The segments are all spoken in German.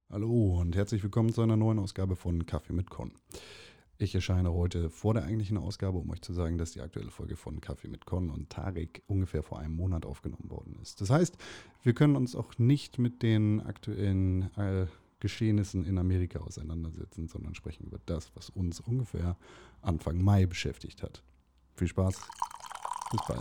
Hallo und herzlich willkommen zu einer neuen Ausgabe von Kaffee mit Con. Ich erscheine heute vor der eigentlichen Ausgabe, um euch zu sagen, dass die aktuelle Folge von Kaffee mit Con und Tarek ungefähr vor einem Monat aufgenommen worden ist. Das heißt, wir können uns auch nicht mit den aktuellen Geschehnissen in Amerika auseinandersetzen, sondern sprechen über das, was uns ungefähr Anfang Mai beschäftigt hat. Viel Spaß, bis bald.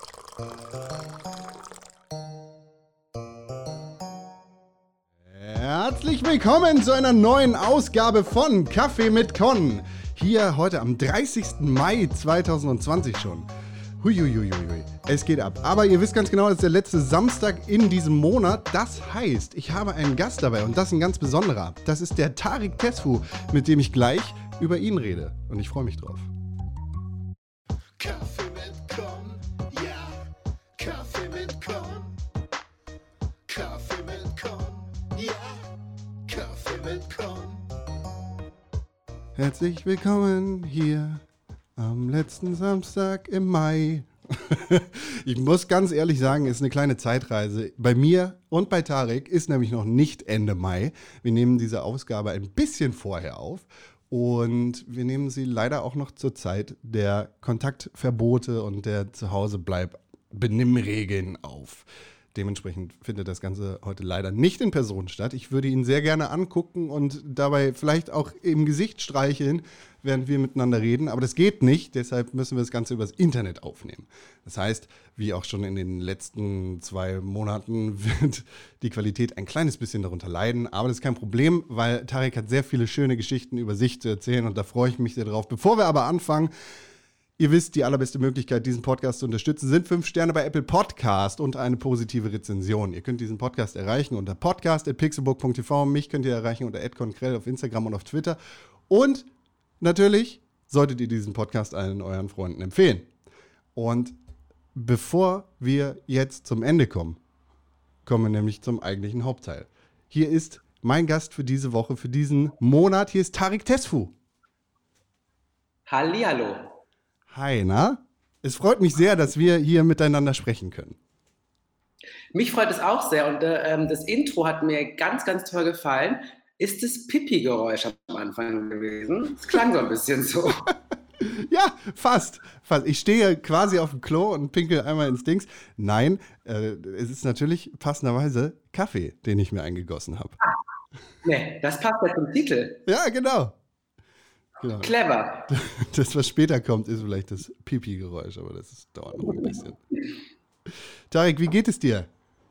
Herzlich willkommen zu einer neuen Ausgabe von Kaffee mit Con. Hier heute am 30. Mai 2020 schon. Huiuiuiui, es geht ab. Aber ihr wisst ganz genau, das ist der letzte Samstag in diesem Monat. Das heißt, ich habe einen Gast dabei und das ist ein ganz besonderer. Das ist der Tarek Tesfu, mit dem ich gleich über ihn rede. Und ich freue mich drauf. Kaffee mit Con, ja, Kaffee mit Con. Kaffee mit Con, ja, Kaffee mit Con. Herzlich willkommen hier am letzten Samstag im Mai. Ich muss ganz ehrlich sagen, es ist eine kleine Zeitreise. Bei mir und bei Tarek ist nämlich noch nicht Ende Mai. Wir nehmen diese Ausgabe ein bisschen vorher auf. Und wir nehmen sie leider auch noch zur Zeit der Kontaktverbote und der Zuhause-Bleib-Benimmregeln auf. Dementsprechend findet das Ganze heute leider nicht in Person statt. Ich würde ihn sehr gerne angucken und dabei vielleicht auch im Gesicht streicheln, während wir miteinander reden. Aber das geht nicht, deshalb müssen wir das Ganze übers Internet aufnehmen. Das heißt, wie auch schon in den letzten 2 Monaten wird die Qualität ein kleines bisschen darunter leiden. Aber das ist kein Problem, weil Tarek hat sehr viele schöne Geschichten über sich zu erzählen und da freue ich mich sehr drauf. Bevor wir aber anfangen, ihr wisst, die allerbeste Möglichkeit, diesen Podcast zu unterstützen, sind 5 Sterne bei Apple Podcast und eine positive Rezension. Ihr könnt diesen Podcast erreichen unter podcast@pixelbook.tv. Mich könnt ihr erreichen unter @conkrell auf Instagram und auf Twitter. Und natürlich solltet ihr diesen Podcast allen euren Freunden empfehlen. Und bevor wir jetzt zum Ende kommen, kommen wir nämlich zum eigentlichen Hauptteil. Hier ist mein Gast für diese Woche, für diesen Monat. Hier ist Tarek Tesfu. Hallihallo. Hi, na? Es freut mich sehr, dass wir hier miteinander sprechen können. Mich freut es auch sehr und das Intro hat mir ganz, ganz toll gefallen. Ist das Pipi-Geräusch am Anfang gewesen? Es klang so ein bisschen so. Ja, fast. Ich stehe quasi auf dem Klo und pinkel einmal ins Dings. Nein, es ist natürlich passenderweise Kaffee, den ich mir eingegossen habe. Nee, das passt ja zum Titel. Ja, genau. Clever. Das, was später kommt, ist vielleicht das Pipi-Geräusch, aber dauert noch ein bisschen. Tarek, wie geht es dir?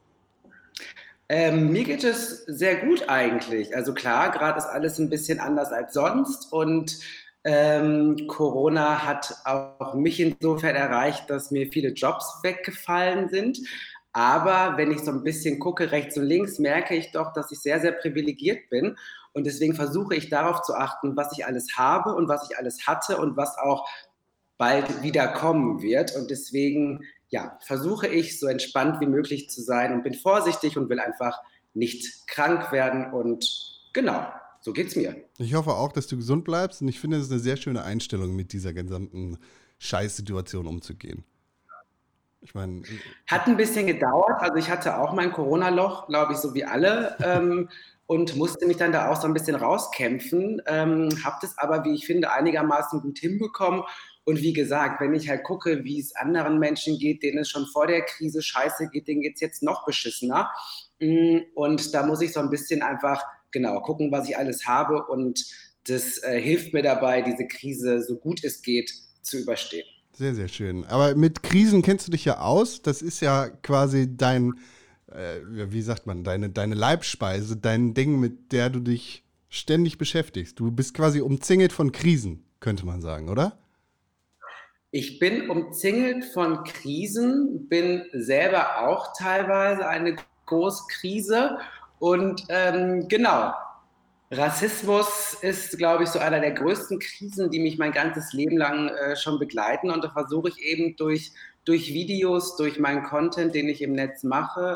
Mir geht es sehr gut eigentlich. Also klar, gerade ist alles ein bisschen anders als sonst und Corona hat auch mich insofern erreicht, dass mir viele Jobs weggefallen sind. Aber wenn ich so ein bisschen gucke, rechts und links, merke ich doch, dass ich sehr, sehr privilegiert bin. Und deswegen versuche ich darauf zu achten, was ich alles habe und was ich alles hatte und was auch bald wieder kommen wird. Und deswegen, ja, versuche ich so entspannt wie möglich zu sein und bin vorsichtig und will einfach nicht krank werden. Und genau, so geht's mir. Ich hoffe auch, dass du gesund bleibst und ich finde, es ist eine sehr schöne Einstellung, mit dieser gesamten Scheißsituation umzugehen. Ich meine, hat ein bisschen gedauert. Also ich hatte auch mein Corona-Loch, glaube ich, so wie alle. Und musste mich dann da auch so ein bisschen rauskämpfen. Habe das aber, wie ich finde, einigermaßen gut hinbekommen. Und wie gesagt, wenn ich halt gucke, wie es anderen Menschen geht, denen es schon vor der Krise scheiße geht, denen geht es jetzt noch beschissener. Und da muss ich so ein bisschen einfach, genau, gucken, was ich alles habe. Und das hilft mir dabei, diese Krise so gut es geht zu überstehen. Sehr, sehr schön. Aber mit Krisen kennst du dich ja aus. Das ist ja quasi dein, wie sagt man, deine Leibspeise, dein Ding, mit der du dich ständig beschäftigst. Du bist quasi umzingelt von Krisen, könnte man sagen, oder? Ich bin umzingelt von Krisen, bin selber auch teilweise eine Großkrise und genau, Rassismus ist, glaube ich, so einer der größten Krisen, die mich mein ganzes Leben lang schon begleiten. Und da versuche ich eben durch Videos, durch meinen Content, den ich im Netz mache,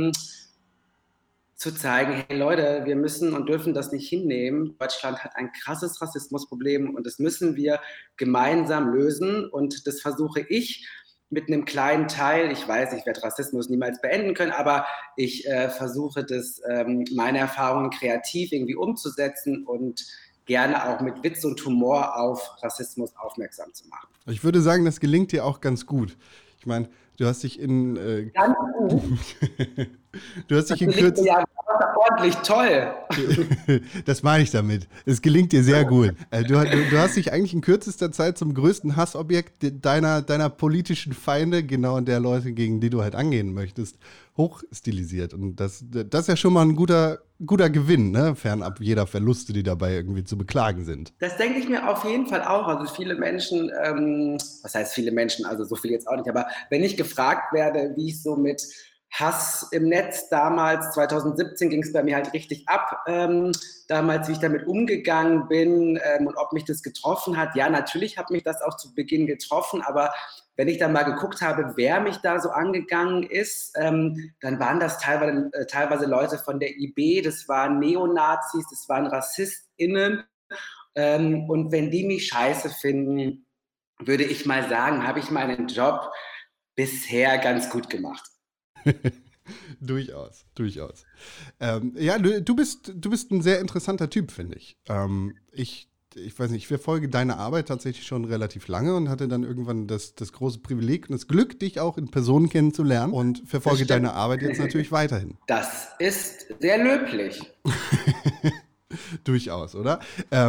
zu zeigen, hey Leute, wir müssen und dürfen das nicht hinnehmen. Deutschland hat ein krasses Rassismusproblem und das müssen wir gemeinsam lösen. Und das versuche ich mit einem kleinen Teil, ich weiß, ich werde Rassismus niemals beenden können, aber ich versuche das, meine Erfahrungen kreativ irgendwie umzusetzen und gerne auch mit Witz und Humor auf Rassismus aufmerksam zu machen. Ich würde sagen, das gelingt dir auch ganz gut. Ich meine, du hast dich in Ganz gut. du hast dich in Das gelingt mir Kürze. ja ordentlich toll. Das meine ich damit. Es gelingt dir sehr gut. Du hast dich eigentlich in kürzester Zeit zum größten Hassobjekt deiner politischen Feinde, genau der Leute, gegen die du halt angehen möchtest, hochstilisiert. Und das ist ja schon mal ein guter Gewinn, ne? Fernab jeder Verluste, die dabei irgendwie zu beklagen sind. Das denke ich mir auf jeden Fall auch. Also viele Menschen, was heißt viele Menschen, also so viel jetzt auch nicht, aber wenn ich gefragt werde, wie ich so mit Hass im Netz damals, 2017 ging es bei mir halt richtig ab, damals, wie ich damit umgegangen bin und ob mich das getroffen hat. Ja, natürlich hat mich das auch zu Beginn getroffen, aber wenn ich dann mal geguckt habe, wer mich da so angegangen ist, dann waren das teilweise Leute von der IB, das waren Neonazis, das waren RassistInnen. Und wenn die mich scheiße finden, würde ich mal sagen, habe ich meinen Job bisher ganz gut gemacht. Durchaus. Ja, du bist ein sehr interessanter Typ, finde ich. Ich weiß nicht, ich verfolge deine Arbeit tatsächlich schon relativ lange und hatte dann irgendwann das große Privileg und das Glück, dich auch in Person kennenzulernen und verfolge deine Arbeit jetzt natürlich weiterhin. Das ist sehr löblich. Durchaus, oder?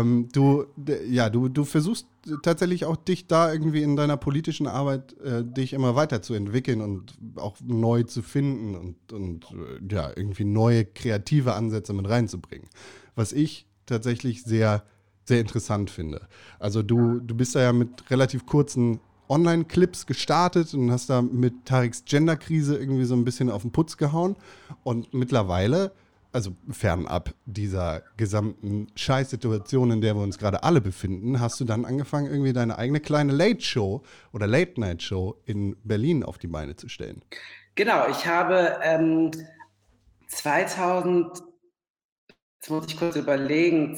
Du versuchst tatsächlich auch dich da irgendwie in deiner politischen Arbeit dich immer weiterzuentwickeln und auch neu zu finden und irgendwie neue kreative Ansätze mit reinzubringen. Was ich tatsächlich sehr, sehr interessant finde. Also du bist da ja mit relativ kurzen Online-Clips gestartet und hast da mit Tariks Genderkrise irgendwie so ein bisschen auf den Putz gehauen und mittlerweile, also fernab dieser gesamten Scheißsituation, in der wir uns gerade alle befinden, hast du dann angefangen, irgendwie deine eigene kleine Late-Show oder Late-Night-Show in Berlin auf die Beine zu stellen. Genau, ich habe 2000, jetzt muss ich kurz überlegen,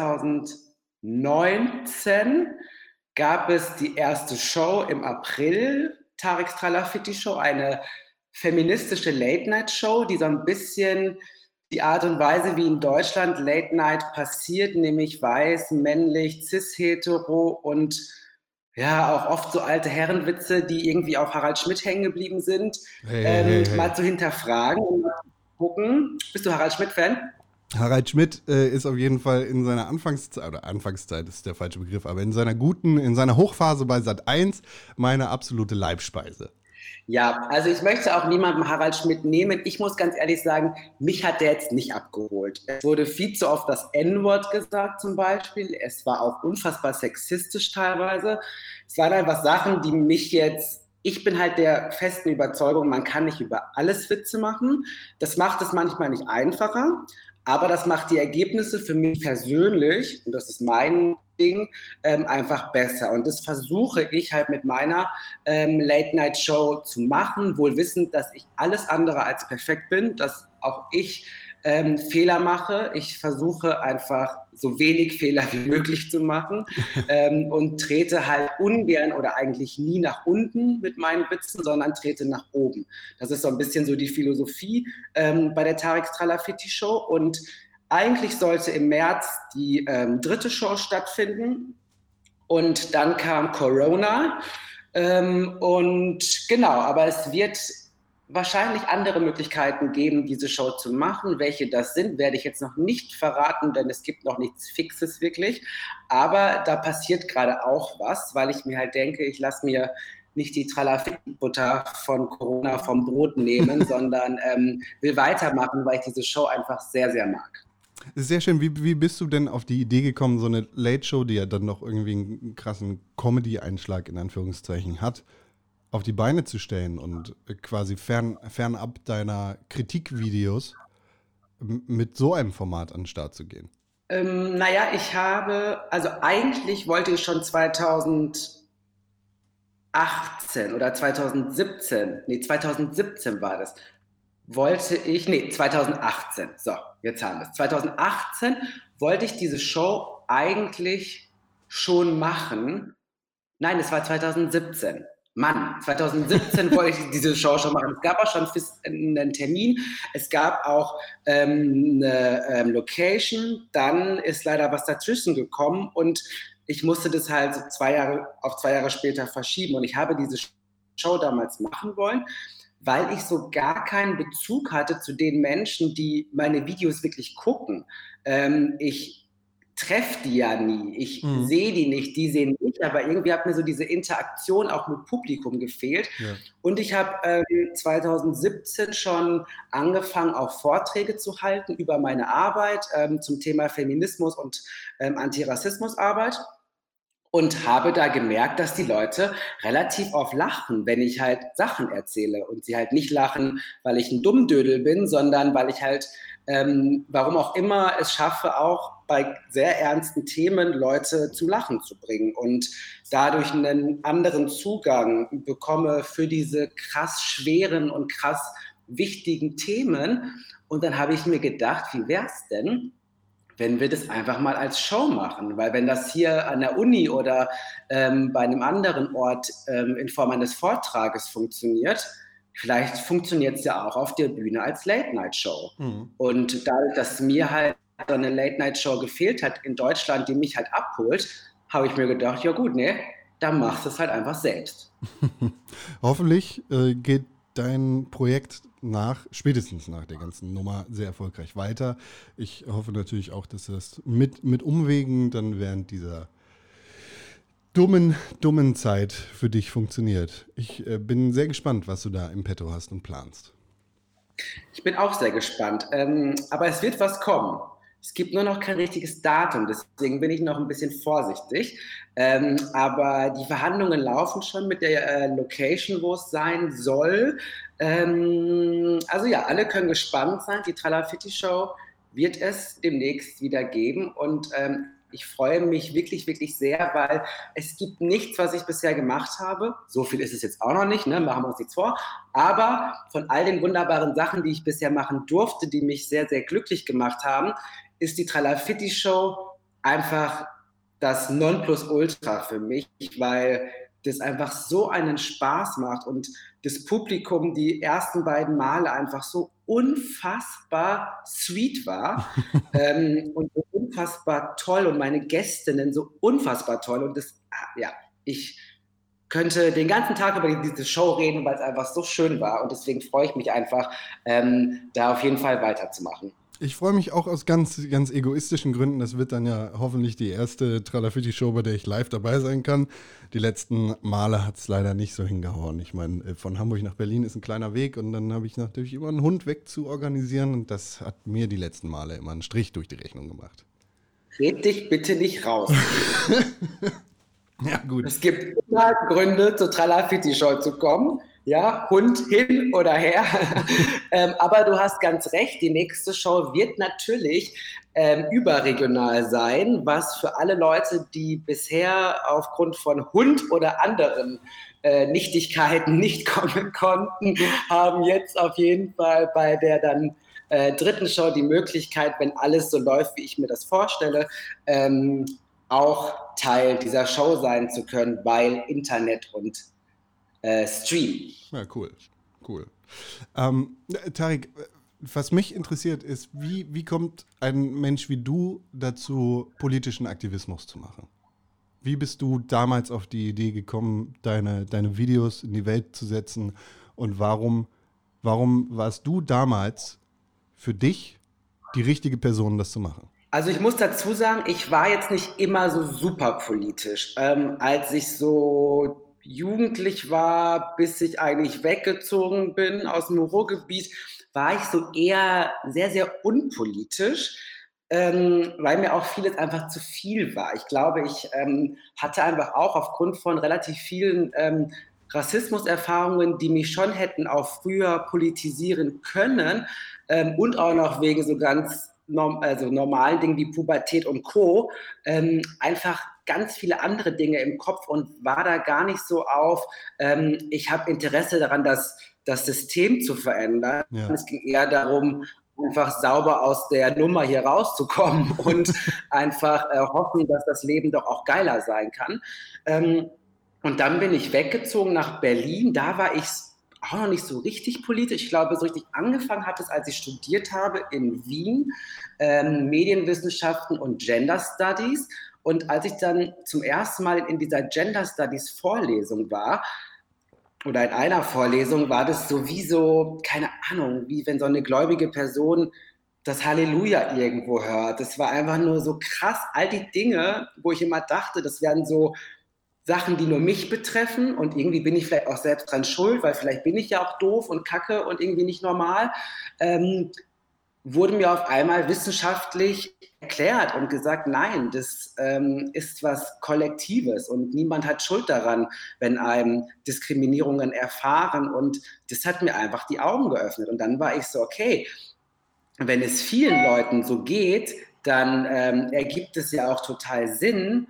2019 gab es die erste Show im April, Tariks Tralafitti-Show, eine feministische Late-Night-Show, die so ein bisschen die Art und Weise, wie in Deutschland Late Night passiert, nämlich weiß, männlich, cis-hetero und ja, auch oft so alte Herrenwitze, die irgendwie auf Harald Schmidt hängen geblieben sind, Hey. mal zu hinterfragen und mal zu gucken. Bist du Harald Schmidt-Fan? Harald Schmidt ist auf jeden Fall in seiner Anfangszeit ist der falsche Begriff, aber in seiner Hochphase bei Sat.1 meine absolute Leibspeise. Ja, also ich möchte auch niemandem Harald Schmidt nehmen. Ich muss ganz ehrlich sagen, mich hat der jetzt nicht abgeholt. Es wurde viel zu oft das N-Wort gesagt zum Beispiel. Es war auch unfassbar sexistisch teilweise. Es waren einfach Sachen, die mich jetzt... Ich bin halt der festen Überzeugung, man kann nicht über alles Witze machen. Das macht es manchmal nicht einfacher, aber das macht die Ergebnisse für mich persönlich, und das ist mein Ding, einfach besser. Und das versuche ich halt mit meiner Late-Night-Show zu machen, wohl wissend, dass ich alles andere als perfekt bin, dass auch ich Fehler mache. Ich versuche einfach so wenig Fehler wie möglich zu machen und trete halt ungern oder eigentlich nie nach unten mit meinen Witzen, sondern trete nach oben. Das ist so ein bisschen so die Philosophie bei der Tariks Tralafitti Show. Und eigentlich sollte im März die dritte Show stattfinden. Und dann kam Corona. Und genau, aber es wird wahrscheinlich andere Möglichkeiten geben, diese Show zu machen. Welche das sind, werde ich jetzt noch nicht verraten, denn es gibt noch nichts Fixes wirklich. Aber da passiert gerade auch was, weil ich mir halt denke, ich lasse mir nicht die Tralafitti-Butter von Corona vom Brot nehmen, sondern will weitermachen, weil ich diese Show einfach sehr, sehr mag. Sehr schön. Wie bist du denn auf die Idee gekommen, so eine Late-Show, die ja dann noch irgendwie einen krassen Comedy-Einschlag in Anführungszeichen hat, auf die Beine zu stellen und quasi fernab deiner Kritikvideos mit so einem Format an den Start zu gehen? Naja, also eigentlich wollte ich schon 2018 oder 2017 war das, 2018, so, jetzt haben wir es. 2018 wollte ich diese Show eigentlich schon machen. Nein, es war 2017. Mann, 2017 wollte ich diese Show schon machen. Es gab auch schon einen Termin. Es gab auch eine Location. Dann ist leider was dazwischen gekommen und ich musste das halt so 2 Jahre später verschieben. Und ich habe diese Show damals machen wollen, weil ich so gar keinen Bezug hatte zu den Menschen, die meine Videos wirklich gucken. Ich treffe die ja nie, ich sehe die nicht, die sehen mich, aber irgendwie hat mir so diese Interaktion auch mit Publikum gefehlt. Ja. Und ich habe 2017 schon angefangen, auch Vorträge zu halten über meine Arbeit zum Thema Feminismus und Antirassismusarbeit. Und habe da gemerkt, dass die Leute relativ oft lachen, wenn ich halt Sachen erzähle. Und sie halt nicht lachen, weil ich ein Dummdödel bin, sondern weil ich halt, warum auch immer, es schaffe, auch bei sehr ernsten Themen Leute zum Lachen zu bringen. Und dadurch einen anderen Zugang bekomme für diese krass schweren und krass wichtigen Themen. Und dann habe ich mir gedacht, wie wäre es denn, wenn wir das einfach mal als Show machen? Weil wenn das hier an der Uni oder bei einem anderen Ort in Form eines Vortrages funktioniert, vielleicht funktioniert es ja auch auf der Bühne als Late-Night-Show. Und dadurch, dass mir halt so eine Late-Night-Show gefehlt hat in Deutschland, die mich halt abholt, habe ich mir gedacht, ja gut, ne, dann machst du es halt einfach selbst. Hoffentlich geht dein Projekt spätestens nach der ganzen Nummer sehr erfolgreich weiter. Ich hoffe natürlich auch, dass das mit Umwegen dann während dieser dummen Zeit für dich funktioniert. Ich bin sehr gespannt, was du da im Petto hast und planst. Ich bin auch sehr gespannt, aber es wird was kommen. Es gibt nur noch kein richtiges Datum, deswegen bin ich noch ein bisschen vorsichtig. Aber die Verhandlungen laufen schon mit der Location, wo es sein soll. Also ja, alle können gespannt sein. Die Tralafitti-Show wird es demnächst wieder geben und ich freue mich wirklich, wirklich sehr, weil es gibt nichts, was ich bisher gemacht habe. So viel ist es jetzt auch noch nicht, ne? Machen wir uns nichts vor. Aber von all den wunderbaren Sachen, die ich bisher machen durfte, die mich sehr, sehr glücklich gemacht haben, ist die Tralafitti-Show einfach das Nonplusultra für mich, weil das einfach so einen Spaß macht und das Publikum die ersten beiden Male einfach so unfassbar sweet war und so unfassbar toll und meine Gästinnen so unfassbar toll und das, ja, ich könnte den ganzen Tag über diese Show reden, weil es einfach so schön war und deswegen freue ich mich einfach, da auf jeden Fall weiterzumachen. Ich freue mich auch aus ganz, ganz egoistischen Gründen. Das wird dann ja hoffentlich die erste Tralafitti-Show, bei der ich live dabei sein kann. Die letzten Male hat es leider nicht so hingehauen. Ich meine, von Hamburg nach Berlin ist ein kleiner Weg und dann habe ich natürlich immer einen Hund weg zu organisieren und das hat mir die letzten Male immer einen Strich durch die Rechnung gemacht. Red dich bitte nicht raus. Ja, gut. Es gibt immer Gründe, zur Tralafitti-Show zu kommen. Ja, Hund hin oder her. Aber du hast ganz recht, die nächste Show wird natürlich überregional sein, was für alle Leute, die bisher aufgrund von Hund oder anderen Nichtigkeiten nicht kommen konnten, haben jetzt auf jeden Fall bei der dann dritten Show die Möglichkeit, wenn alles so läuft, wie ich mir das vorstelle, auch Teil dieser Show sein zu können, weil Internet und Stream. Ja, cool. Tarik, was mich interessiert ist, wie kommt ein Mensch wie du dazu, politischen Aktivismus zu machen? Wie bist du damals auf die Idee gekommen, deine Videos in die Welt zu setzen und warum warst du damals für dich die richtige Person, das zu machen? Also ich muss dazu sagen, ich war jetzt nicht immer so super politisch. Als ich so jugendlich war, bis ich eigentlich weggezogen bin aus dem Ruhrgebiet, war ich so eher sehr, sehr unpolitisch, weil mir auch vieles einfach zu viel war. Ich glaube, ich hatte einfach auch aufgrund von relativ vielen Rassismuserfahrungen, die mich schon hätten auch früher politisieren können und auch noch wegen so ganz normalen Dingen wie Pubertät und Co. Einfach ganz viele andere Dinge im Kopf und war da gar nicht so auf, ich habe Interesse daran, das System zu verändern. Ja. Es ging eher darum, einfach sauber aus der Nummer hier rauszukommen und einfach hoffen, dass das Leben doch auch geiler sein kann. Und dann bin ich weggezogen nach Berlin. Da war ich auch noch nicht so richtig politisch. Ich glaube, so richtig angefangen hat es, als ich studiert habe in Wien, Medienwissenschaften und Gender Studies. Und als ich dann zum ersten Mal in dieser Gender Studies Vorlesung war, oder in einer Vorlesung, war das sowieso, keine Ahnung, wie wenn so eine gläubige Person das Halleluja irgendwo hört. Das war einfach nur so krass, all die Dinge, wo ich immer dachte, das wären so Sachen, die nur mich betreffen und irgendwie bin ich vielleicht auch selbst dran schuld, weil vielleicht bin ich ja auch doof und kacke und irgendwie nicht normal, wurde mir auf einmal wissenschaftlich erklärt und gesagt, nein, das ist was Kollektives und niemand hat Schuld daran, wenn einem Diskriminierungen erfahren, und das hat mir einfach die Augen geöffnet und dann war ich so, okay, wenn es vielen Leuten so geht, dann ergibt es ja auch total Sinn,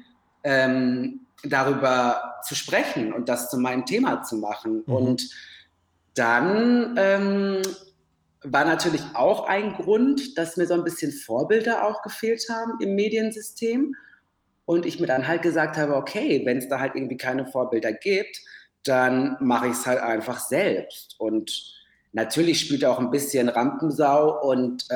darüber zu sprechen und das zu meinem Thema zu machen. Und dann war natürlich auch ein Grund, dass mir so ein bisschen Vorbilder auch gefehlt haben im Mediensystem. Und ich mir dann halt gesagt habe, okay, wenn es da halt irgendwie keine Vorbilder gibt, dann mache ich es halt einfach selbst. Und natürlich spielt auch ein bisschen Rampensau und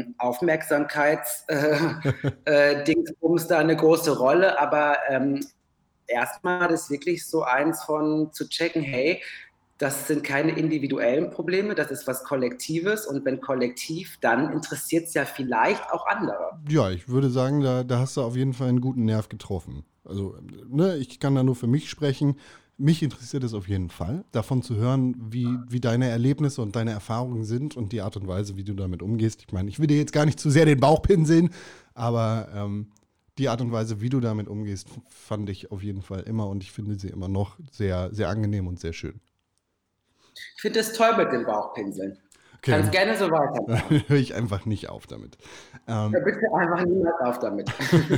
Aufmerksamkeits-Dingsbums da eine große Rolle, aber erstmal ist wirklich so eins von zu checken, hey, das sind keine individuellen Probleme, das ist was Kollektives und wenn kollektiv, dann interessiert es ja vielleicht auch andere. Ja, ich würde sagen, da hast du auf jeden Fall einen guten Nerv getroffen. Also, ne, ich kann da nur für mich sprechen. Mich interessiert es auf jeden Fall, davon zu hören, wie deine Erlebnisse und deine Erfahrungen sind und die Art und Weise, wie du damit umgehst. Ich meine, ich will dir jetzt gar nicht zu sehr den Bauch pinseln, aber die Art und Weise, wie du damit umgehst, fand ich auf jeden Fall immer und ich finde sie immer noch sehr, sehr angenehm und sehr schön. Ich finde es toll mit dem Bauchpinseln. Okay, Kannst gerne so weitermachen. dann höre ich einfach nicht auf damit. Ja, bitte einfach niemals auf damit.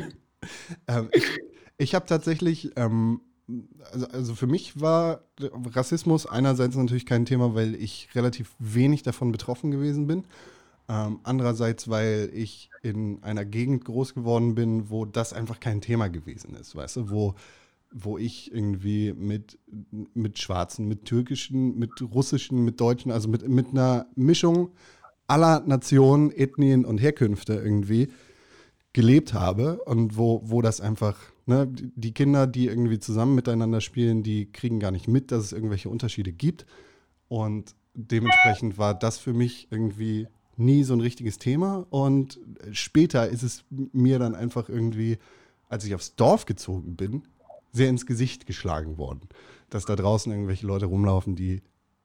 Ich habe tatsächlich, also für mich war Rassismus einerseits natürlich kein Thema, weil ich relativ wenig davon betroffen gewesen bin. Andererseits, weil ich in einer Gegend groß geworden bin, wo das einfach kein Thema gewesen ist, weißt du, wo ich irgendwie mit Schwarzen, mit Türkischen, mit Russischen, mit Deutschen, also mit einer Mischung aller Nationen, Ethnien und Herkünfte irgendwie gelebt habe und wo das einfach, ne, die Kinder, die irgendwie zusammen miteinander spielen, die kriegen gar nicht mit, dass es irgendwelche Unterschiede gibt und dementsprechend war das für mich irgendwie nie so ein richtiges Thema und später ist es mir dann einfach irgendwie, als ich aufs Dorf gezogen bin, sehr ins Gesicht geschlagen worden, dass da draußen irgendwelche Leute rumlaufen, die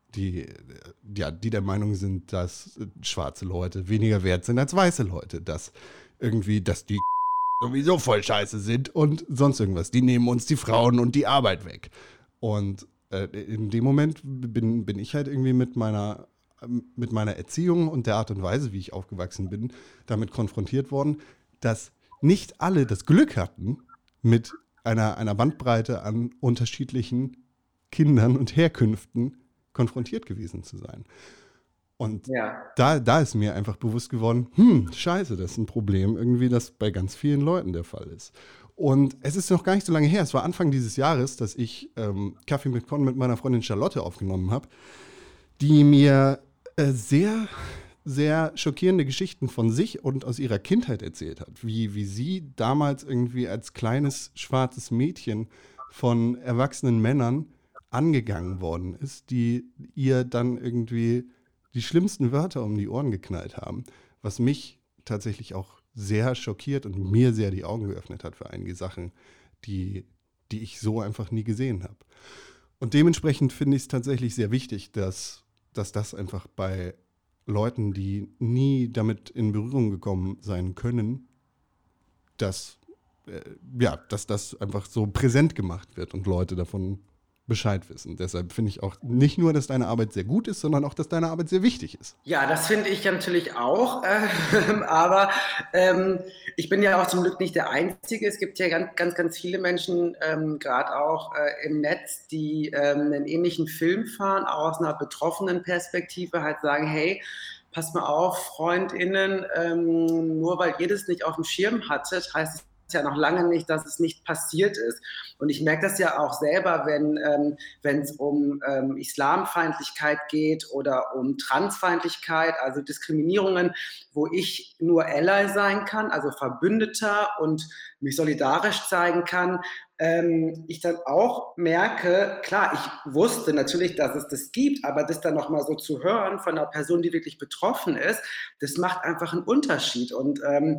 der Meinung sind, dass schwarze Leute weniger wert sind als weiße Leute, dass die sowieso voll scheiße sind und sonst irgendwas. Die nehmen uns die Frauen und die Arbeit weg. Und in dem Moment bin ich halt irgendwie mit meiner Erziehung und der Art und Weise, wie ich aufgewachsen bin, damit konfrontiert worden, dass nicht alle das Glück hatten, mit einer Bandbreite an unterschiedlichen Kindern und Herkünften konfrontiert gewesen zu sein. Und da ist mir einfach bewusst geworden, scheiße, das ist ein Problem, irgendwie, das bei ganz vielen Leuten der Fall ist. Und es ist noch gar nicht so lange her, es war Anfang dieses Jahres, dass ich Kaffee mit Con mit meiner Freundin Charlotte aufgenommen habe, die mir sehr, sehr schockierende Geschichten von sich und aus ihrer Kindheit erzählt hat. Wie sie damals irgendwie als kleines schwarzes Mädchen von erwachsenen Männern angegangen worden ist, die ihr dann irgendwie die schlimmsten Wörter um die Ohren geknallt haben, was mich tatsächlich auch sehr schockiert und mir sehr die Augen geöffnet hat für einige Sachen, die ich so einfach nie gesehen habe. Und dementsprechend finde ich es tatsächlich sehr wichtig, dass das einfach bei Leuten, die nie damit in Berührung gekommen sein können, dass das einfach so präsent gemacht wird und Leute davon Bescheid wissen. Deshalb finde ich auch nicht nur, dass deine Arbeit sehr gut ist, sondern auch, dass deine Arbeit sehr wichtig ist. Ja, das finde ich natürlich auch, aber ich bin ja auch zum Glück nicht der Einzige. Es gibt ja ganz, ganz, ganz viele Menschen, gerade auch im Netz, die einen ähnlichen Film fahren, auch aus einer betroffenen Perspektive halt sagen, hey, pass mal auf, FreundInnen, nur weil ihr das nicht auf dem Schirm hattet, heißt es ja noch lange nicht, dass es nicht passiert ist. Und ich merke das ja auch selber, wenn es um Islamfeindlichkeit geht oder um Transfeindlichkeit, also Diskriminierungen, wo ich nur Ally sein kann, also Verbündeter und mich solidarisch zeigen kann, ich dann auch merke, klar, ich wusste natürlich, dass es das gibt, aber das dann nochmal so zu hören von einer Person, die wirklich betroffen ist, das macht einfach einen Unterschied. Und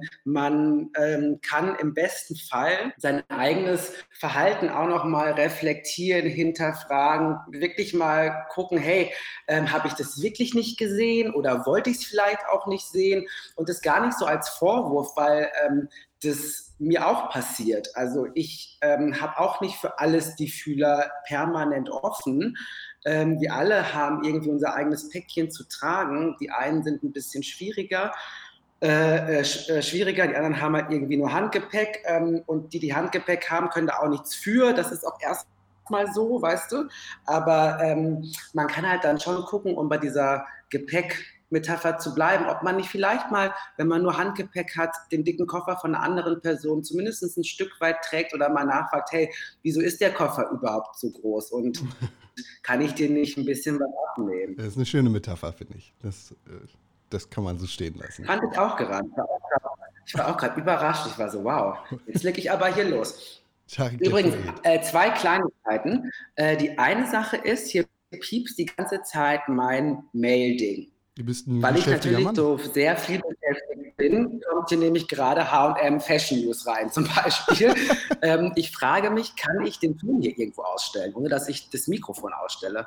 man kann im besten Fall sein eigenes Verhalten auch nochmal reflektieren, hinterfragen, wirklich mal gucken, hey, habe ich das wirklich nicht gesehen oder wollte ich es vielleicht auch nicht sehen? Und das gar nicht so als Vorwurf, weil das mir auch passiert. Also ich habe auch nicht für alles die Fühler permanent offen. Wir alle haben irgendwie unser eigenes Päckchen zu tragen. Die einen sind ein bisschen schwieriger, die anderen haben halt irgendwie nur Handgepäck und die Handgepäck haben, können da auch nichts für. Das ist auch erstmal so, weißt du. Aber man kann halt dann schon gucken, um bei dieser Gepäckmetapher zu bleiben, ob man nicht vielleicht mal, wenn man nur Handgepäck hat, den dicken Koffer von einer anderen Person zumindest ein Stück weit trägt oder mal nachfragt, hey, wieso ist der Koffer überhaupt so groß und kann ich dir nicht ein bisschen was abnehmen? Das ist eine schöne Metapher, finde ich. Das kann man so stehen lassen. Fand ich auch gerade. Ich war auch gerade überrascht. Ich war so, wow, jetzt leg ich aber hier los. Übrigens, zwei Kleinigkeiten. Die eine Sache ist, hier piepst die ganze Zeit mein Mail-Ding. Du bist ein Weil ich geschäftiger natürlich Mann. so sehr viel beschäftigt bin, kommt hier nämlich gerade H&M Fashion News rein zum Beispiel. Ich frage mich, kann ich den Ton hier irgendwo ausstellen, ohne dass ich das Mikrofon ausstelle?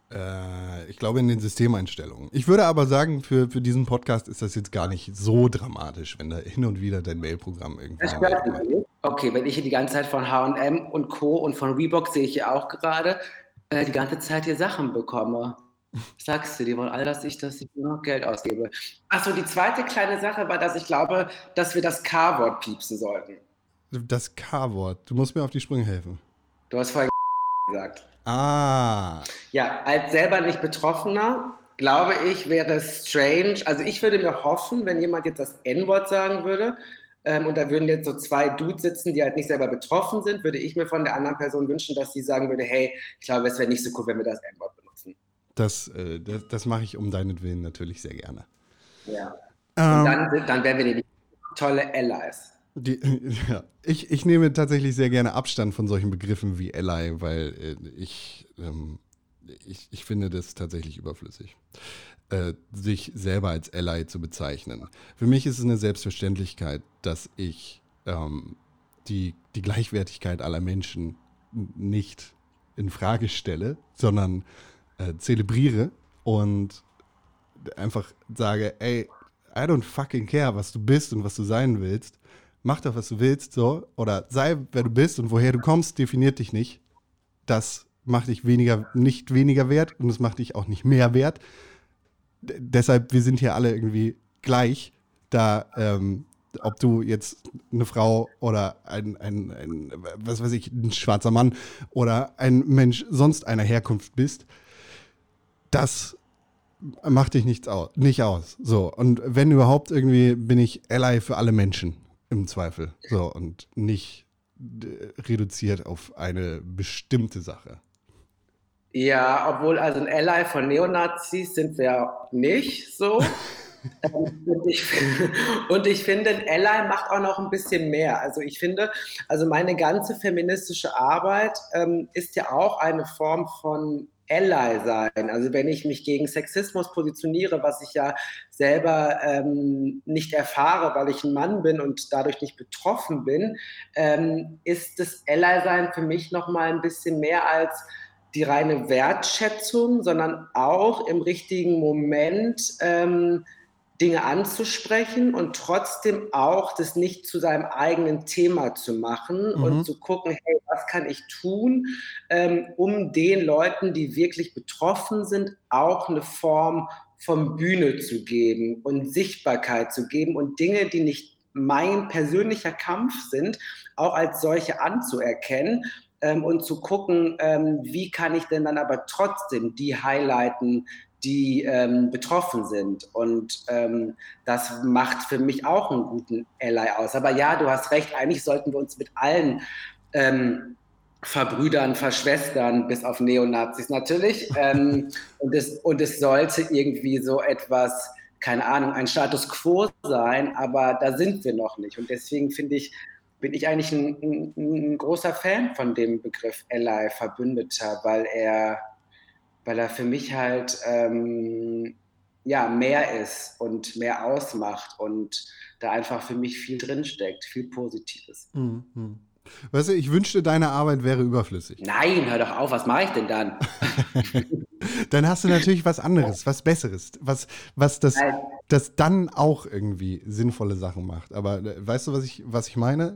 Ich glaube in den Systemeinstellungen. Ich würde aber sagen, für diesen Podcast ist das jetzt gar nicht so dramatisch, wenn da hin und wieder dein Mailprogramm irgendwie... Das stört mich nicht. Okay, wenn ich hier die ganze Zeit von H&M und Co. und von Reebok sehe ich ja auch gerade, die ganze Zeit hier Sachen bekomme. Sagst du, die wollen all, dass ich nur noch Geld ausgebe. Achso, die zweite kleine Sache war, dass ich glaube, dass wir das K-Wort piepsen sollten. Das K-Wort. Du musst mir auf die Sprünge helfen. Du hast vorhin gesagt. Ah. Ja, als selber nicht Betroffener, glaube ich, wäre es strange. Also ich würde mir hoffen, wenn jemand jetzt das N-Wort sagen würde, und da würden jetzt so zwei Dudes sitzen, die halt nicht selber betroffen sind, würde ich mir von der anderen Person wünschen, dass sie sagen würde, hey, ich glaube, es wäre nicht so cool, wenn wir das N-Wort benutzen. Das mache ich um deinetwillen natürlich sehr gerne. Ja. Und dann wären wir nämlich tolle Allies. Ja. Ich nehme tatsächlich sehr gerne Abstand von solchen Begriffen wie Ally, weil ich finde das tatsächlich überflüssig, sich selber als Ally zu bezeichnen. Für mich ist es eine Selbstverständlichkeit, dass ich die Gleichwertigkeit aller Menschen nicht in Frage stelle, sondern zelebriere und einfach sage, ey, I don't fucking care, was du bist und was du sein willst. Mach doch, was du willst, so. Oder sei, wer du bist und woher du kommst, definiert dich nicht. Das macht dich nicht weniger wert und es macht dich auch nicht mehr wert. Deshalb, wir sind hier alle irgendwie gleich. Da, ob du jetzt eine Frau oder was weiß ich, ein schwarzer Mann oder ein Mensch sonst einer Herkunft bist, das macht dich nicht aus. So. Und wenn überhaupt irgendwie, bin ich Ally für alle Menschen im Zweifel. So. Und nicht reduziert auf eine bestimmte Sache. Ja, obwohl also ein Ally von Neonazis sind wir nicht so. Und ich finde, ein Ally macht auch noch ein bisschen mehr. Also ich finde, also meine ganze feministische Arbeit ist ja auch eine Form von Ally sein. Also wenn ich mich gegen Sexismus positioniere, was ich ja selber nicht erfahre, weil ich ein Mann bin und dadurch nicht betroffen bin, ist das Ally-Sein für mich nochmal ein bisschen mehr als die reine Wertschätzung, sondern auch im richtigen Moment Dinge anzusprechen und trotzdem auch das nicht zu seinem eigenen Thema zu machen und zu gucken, hey, was kann ich tun, um den Leuten, die wirklich betroffen sind, auch eine Form von Bühne zu geben und Sichtbarkeit zu geben und Dinge, die nicht mein persönlicher Kampf sind, auch als solche anzuerkennen und zu gucken, wie kann ich denn dann aber trotzdem die highlighten, die betroffen sind. Und das macht für mich auch einen guten Ally aus. Aber ja, du hast recht, eigentlich sollten wir uns mit allen verbrüdern, verschwestern, bis auf Neonazis natürlich. Und es sollte irgendwie so etwas, keine Ahnung, ein Status quo sein, aber da sind wir noch nicht. Und deswegen bin ich eigentlich ein großer Fan von dem Begriff Ally, Verbündeter, weil er für mich halt mehr ist und mehr ausmacht und da einfach für mich viel drinsteckt, viel Positives. Mhm. Weißt du, ich wünschte, deine Arbeit wäre überflüssig. Nein, hör doch auf, was mache ich denn dann? Dann hast du natürlich was anderes, was Besseres, was das dann auch irgendwie sinnvolle Sachen macht. Aber weißt du, was ich meine?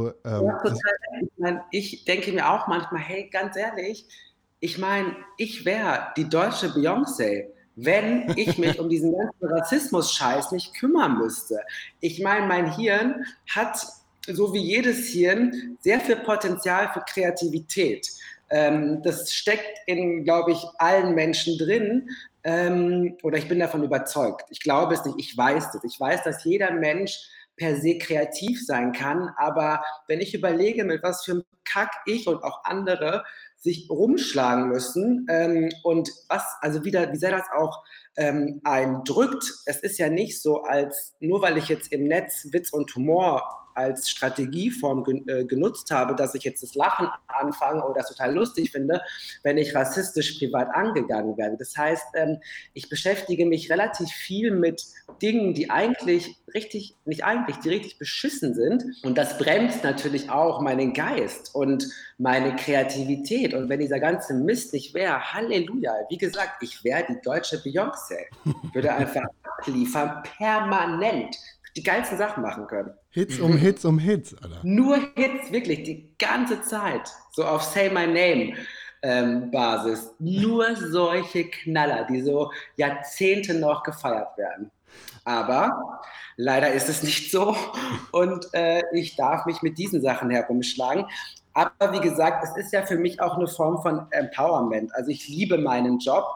Ich denke mir auch manchmal, hey, ganz ehrlich, ich meine, ich wäre die deutsche Beyoncé, wenn ich mich um diesen ganzen Rassismus-Scheiß nicht kümmern müsste. Ich meine, mein Hirn hat, so wie jedes Hirn, sehr viel Potenzial für Kreativität. Das steckt in, glaube ich, allen Menschen drin. Oder ich bin davon überzeugt. Ich glaube es nicht, ich weiß es. Ich weiß, dass jeder Mensch per se kreativ sein kann, aber wenn ich überlege, mit was für einem Kack ich und auch andere sich rumschlagen müssen und wie sehr das auch einen drückt, es ist ja nicht so, als nur weil ich jetzt im Netz Witz und Humor als Strategieform genutzt habe, dass ich jetzt das Lachen anfange oder das total lustig finde, wenn ich rassistisch privat angegangen werde. Das heißt, ich beschäftige mich relativ viel mit Dingen, die richtig beschissen sind. Und das bremst natürlich auch meinen Geist und meine Kreativität. Und wenn dieser ganze Mist nicht wäre, Halleluja, wie gesagt, ich wäre die deutsche Beyoncé. Ich würde einfach abliefern, permanent die geilsten Sachen machen können. Hits um Hits um Hits, Alter. Nur Hits, wirklich, die ganze Zeit. So auf Say My Name Basis. Nur solche Knaller, die so Jahrzehnte noch gefeiert werden. Aber leider ist es nicht so und ich darf mich mit diesen Sachen herumschlagen. Aber wie gesagt, es ist ja für mich auch eine Form von Empowerment. Also ich liebe meinen Job,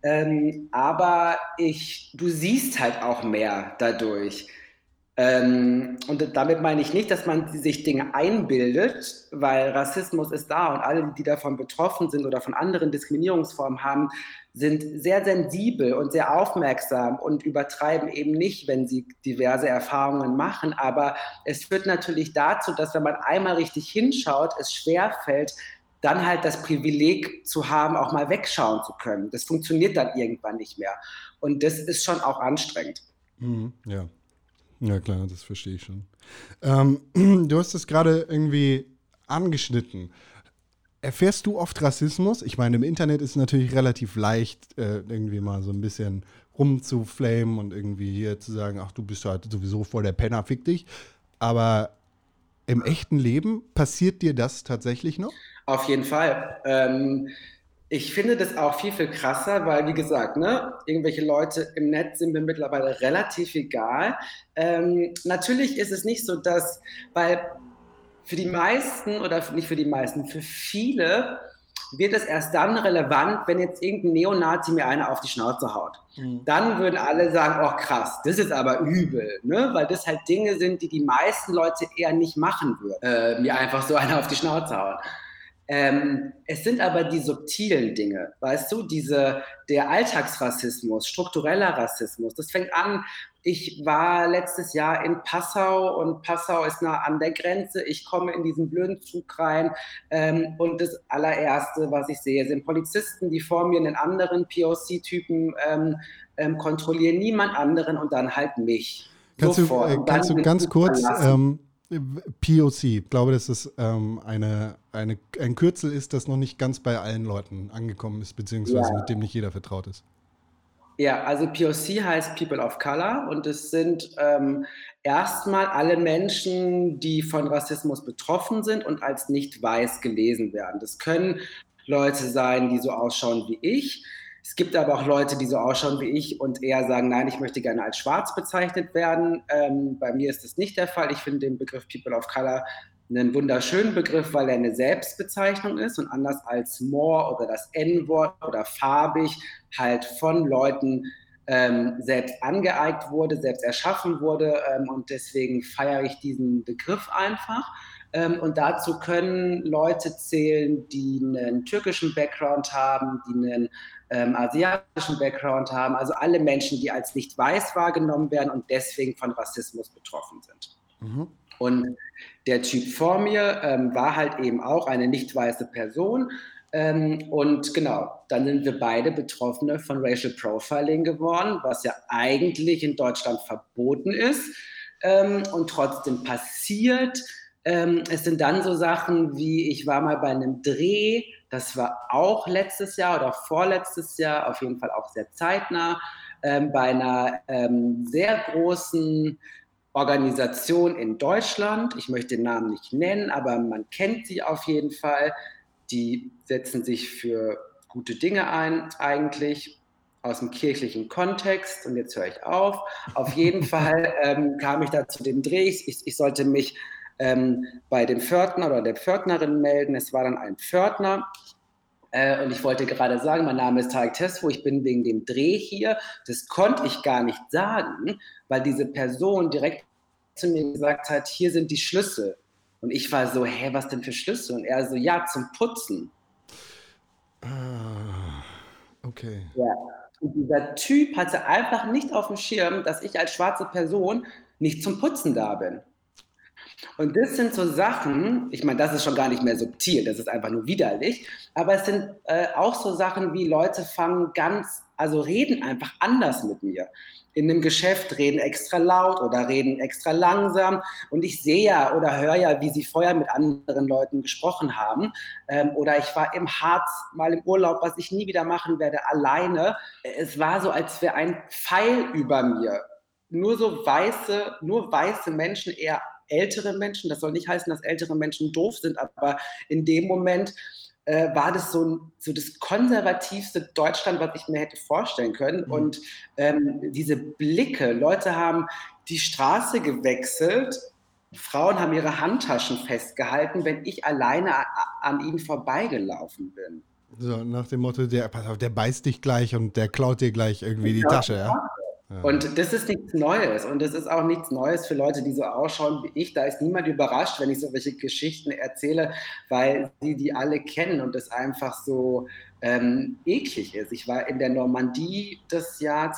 aber du siehst halt auch mehr dadurch. Und damit meine ich nicht, dass man sich Dinge einbildet, weil Rassismus ist da und alle, die davon betroffen sind oder von anderen Diskriminierungsformen haben, sind sehr sensibel und sehr aufmerksam und übertreiben eben nicht, wenn sie diverse Erfahrungen machen. Aber es führt natürlich dazu, dass wenn man einmal richtig hinschaut, es schwerfällt, dann halt das Privileg zu haben, auch mal wegschauen zu können. Das funktioniert dann irgendwann nicht mehr. Und das ist schon auch anstrengend. Ja. Ja, klar, das verstehe ich schon. Du hast es gerade irgendwie angeschnitten. Erfährst du oft Rassismus? Ich meine, im Internet ist es natürlich relativ leicht, irgendwie mal so ein bisschen rumzuflamen und irgendwie hier zu sagen, ach, du bist halt sowieso voll der Penner, fick dich. Aber im echten Leben passiert dir das tatsächlich noch? Auf jeden Fall. Ich finde das auch viel, viel krasser, weil, wie gesagt, irgendwelche Leute im Netz sind mir mittlerweile relativ egal. Natürlich ist es nicht so, weil für die meisten, oder nicht für die meisten, für viele wird es erst dann relevant, wenn jetzt irgendein Neonazi mir eine auf die Schnauze haut. Dann würden alle sagen, oh krass, das ist aber übel, weil das halt Dinge sind, die meisten Leute eher nicht machen würden, mir einfach so eine auf die Schnauze hauen. Es sind aber die subtilen Dinge, weißt du, der Alltagsrassismus, struktureller Rassismus, das fängt an, ich war letztes Jahr in Passau und Passau ist nah an der Grenze, ich komme in diesen blöden Zug rein und das allererste, was ich sehe, sind Polizisten, die vor mir einen anderen POC-Typen kontrollieren, niemand anderen und dann halt mich. Kannst du ganz kurz... POC, ich glaube, dass es ein Kürzel ist, das noch nicht ganz bei allen Leuten angekommen ist, beziehungsweise mit dem nicht jeder vertraut ist. Ja, also POC heißt People of Color und es sind erstmal alle Menschen, die von Rassismus betroffen sind und als nicht weiß gelesen werden. Das können Leute sein, die so ausschauen wie ich. Es gibt aber auch Leute, die so ausschauen wie ich und eher sagen, nein, ich möchte gerne als schwarz bezeichnet werden. Bei mir ist das nicht der Fall. Ich finde den Begriff People of Color einen wunderschönen Begriff, weil er eine Selbstbezeichnung ist und anders als more oder das N-Wort oder farbig halt von Leuten selbst angeeignet wurde, selbst erschaffen wurde und deswegen feiere ich diesen Begriff einfach. Und dazu können Leute zählen, die einen türkischen Background haben, die einen asiatischen Background haben, also alle Menschen, die als nicht weiß wahrgenommen werden und deswegen von Rassismus betroffen sind. Mhm. Und der Typ vor mir war halt eben auch eine nicht weiße Person. Und genau, dann sind wir beide Betroffene von Racial Profiling geworden, was ja eigentlich in Deutschland verboten ist und trotzdem passiert. Es sind dann so Sachen wie, ich war mal bei einem Dreh, das war auch letztes Jahr oder vorletztes Jahr, auf jeden Fall auch sehr zeitnah, bei einer sehr großen Organisation in Deutschland. Ich möchte den Namen nicht nennen, aber man kennt sie auf jeden Fall. Die setzen sich für gute Dinge ein, eigentlich aus dem kirchlichen Kontext. Und jetzt höre ich auf. Auf jeden Fall kam ich da zu dem Dreh. Ich sollte mich bei dem Pförtner oder der Pförtnerin melden. Es war dann ein Pförtner. Und ich wollte gerade sagen, mein Name ist Tarek Tesfu, ich bin wegen dem Dreh hier. Das konnte ich gar nicht sagen, weil diese Person direkt zu mir gesagt hat, hier sind die Schlüssel. Und ich war so, hä, was denn für Schlüssel? Und er so, ja, zum Putzen. Okay. Ja. Und dieser Typ hatte einfach nicht auf dem Schirm, dass ich als schwarze Person nicht zum Putzen da bin. Und das sind so Sachen, ich meine, das ist schon gar nicht mehr subtil, das ist einfach nur widerlich, aber es sind auch so Sachen wie Leute reden einfach anders mit mir. In einem Geschäft reden extra laut oder reden extra langsam und ich sehe ja oder höre ja, wie sie vorher mit anderen Leuten gesprochen haben. Oder ich war im Harz mal im Urlaub, was ich nie wieder machen werde, alleine. Es war so, als wäre ein Pfeil über mir. Nur weiße Menschen, eher ältere Menschen, das soll nicht heißen, dass ältere Menschen doof sind, aber in dem Moment war das so das konservativste Deutschland, was ich mir hätte vorstellen können. Mhm. Und diese Blicke, Leute haben die Straße gewechselt, Frauen haben ihre Handtaschen festgehalten, wenn ich alleine an ihnen vorbeigelaufen bin. So, nach dem Motto, der beißt dich gleich und der klaut dir gleich irgendwie die Tasche, ja? Ja. Und das ist nichts Neues und das ist auch nichts Neues für Leute, die so ausschauen wie ich. Da ist niemand überrascht, wenn ich so welche Geschichten erzähle, weil sie die alle kennen und das einfach so eklig ist. Ich war in der Normandie das Jahr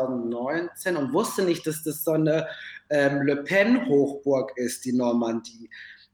2019 und wusste nicht, dass das so eine Le Pen-Hochburg ist, die Normandie.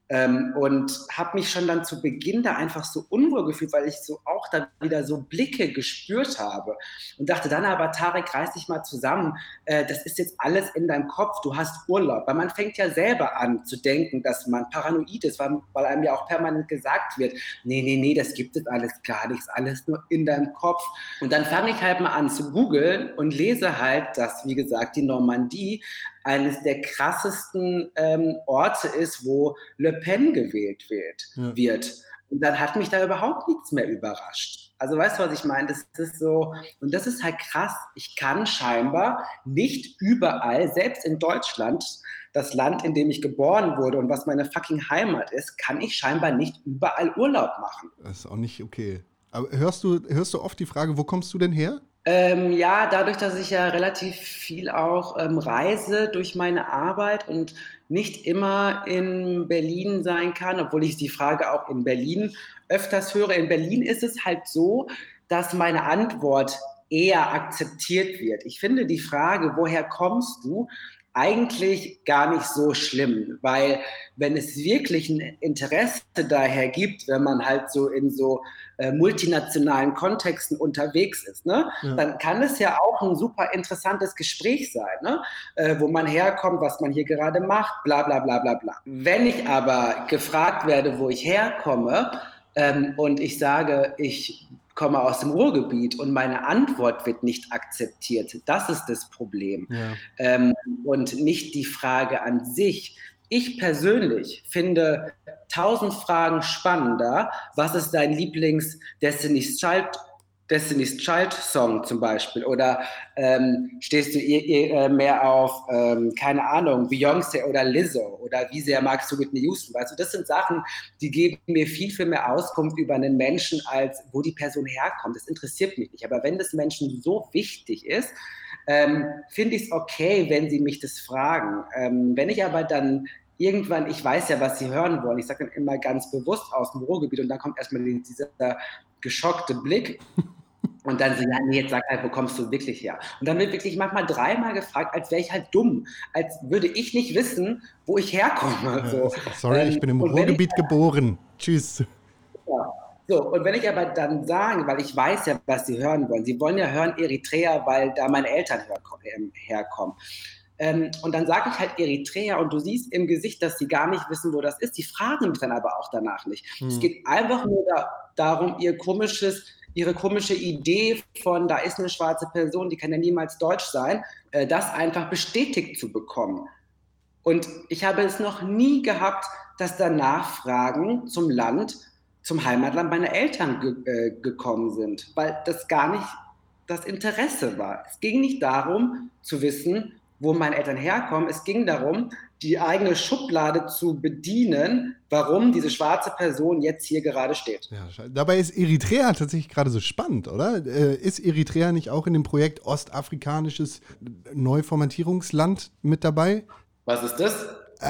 Und habe mich schon dann zu Beginn da einfach so unwohl gefühlt, weil ich so auch dann wieder so Blicke gespürt habe und dachte dann aber, Tarek, reiß dich mal zusammen, das ist jetzt alles in deinem Kopf, du hast Urlaub, weil man fängt ja selber an zu denken, dass man paranoid ist, weil einem ja auch permanent gesagt wird, nee, das gibt es alles gar nicht, ist alles nur in deinem Kopf. Und dann fange ich halt mal an zu googeln und lese halt, dass, wie gesagt, die Normandie eines der krassesten Orte ist, wo Le Pen gewählt wird. Und dann hat mich da überhaupt nichts mehr überrascht. Also weißt du, was ich meine? Das ist so, und das ist halt krass. Ich kann scheinbar nicht überall, selbst in Deutschland, das Land, in dem ich geboren wurde und was meine fucking Heimat ist, kann ich scheinbar nicht überall Urlaub machen. Das ist auch nicht okay. Aber hörst du oft die Frage, wo kommst du denn her? Ja, dadurch, dass ich ja relativ viel auch reise durch meine Arbeit und nicht immer in Berlin sein kann, obwohl ich die Frage auch in Berlin öfters höre. In Berlin ist es halt so, dass meine Antwort eher akzeptiert wird. Ich finde die Frage, woher kommst du, eigentlich gar nicht so schlimm, weil wenn es wirklich ein Interesse daher gibt, wenn man halt so in so multinationalen Kontexten unterwegs ist, ne, dann kann es ja auch ein super interessantes Gespräch sein, ne, wo man herkommt, was man hier gerade macht, bla bla bla bla bla. Wenn ich aber gefragt werde, wo ich herkomme und ich sage, ich komme aus dem Ruhrgebiet und meine Antwort wird nicht akzeptiert. Das ist das Problem. Ja. Und nicht die Frage an sich. Ich persönlich finde 1000 Fragen spannender. Was ist dein Lieblings-Destiny's Child Destiny's Child Song zum Beispiel? Oder stehst du mehr auf, keine Ahnung, Beyoncé oder Lizzo? Oder wie sehr magst du Whitney Houston? Weißt du, das sind Sachen, die geben mir viel, viel mehr Auskunft über einen Menschen, als wo die Person herkommt. Das interessiert mich nicht. Aber wenn das Menschen so wichtig ist, finde ich es okay, wenn sie mich das fragen. Wenn ich aber dann irgendwann, ich weiß ja, was sie hören wollen, ich sage dann immer ganz bewusst aus dem Ruhrgebiet und dann kommt erstmal dieser geschockte Blick und dann so, ja, nee, jetzt sag halt, wo kommst du wirklich her? Und dann wird wirklich manchmal dreimal gefragt, als wäre ich halt dumm, als würde ich nicht wissen, wo ich herkomme. So. Sorry, ich bin im Ruhrgebiet geboren. Tschüss. Ja. So, und wenn ich aber dann sage, weil ich weiß ja, was sie hören wollen, sie wollen ja hören Eritrea, weil da meine Eltern herkommen. Und dann sage ich halt Eritrea und du siehst im Gesicht, dass sie gar nicht wissen, wo das ist. Die fragen mich dann aber auch danach nicht. Es geht einfach nur darum, ihre komische Idee von, da ist eine schwarze Person, die kann ja niemals deutsch sein, das einfach bestätigt zu bekommen. Und ich habe es noch nie gehabt, dass da Nachfragen zum Land, zum Heimatland meiner Eltern gekommen sind, weil das gar nicht das Interesse war. Es ging nicht darum, zu wissen, wo meine Eltern herkommen. Es ging darum, die eigene Schublade zu bedienen, warum diese schwarze Person jetzt hier gerade steht. Ja, dabei ist Eritrea tatsächlich gerade so spannend, oder? Ist Eritrea nicht auch in dem Projekt Ostafrikanisches Neuformatierungsland mit dabei? Was ist das?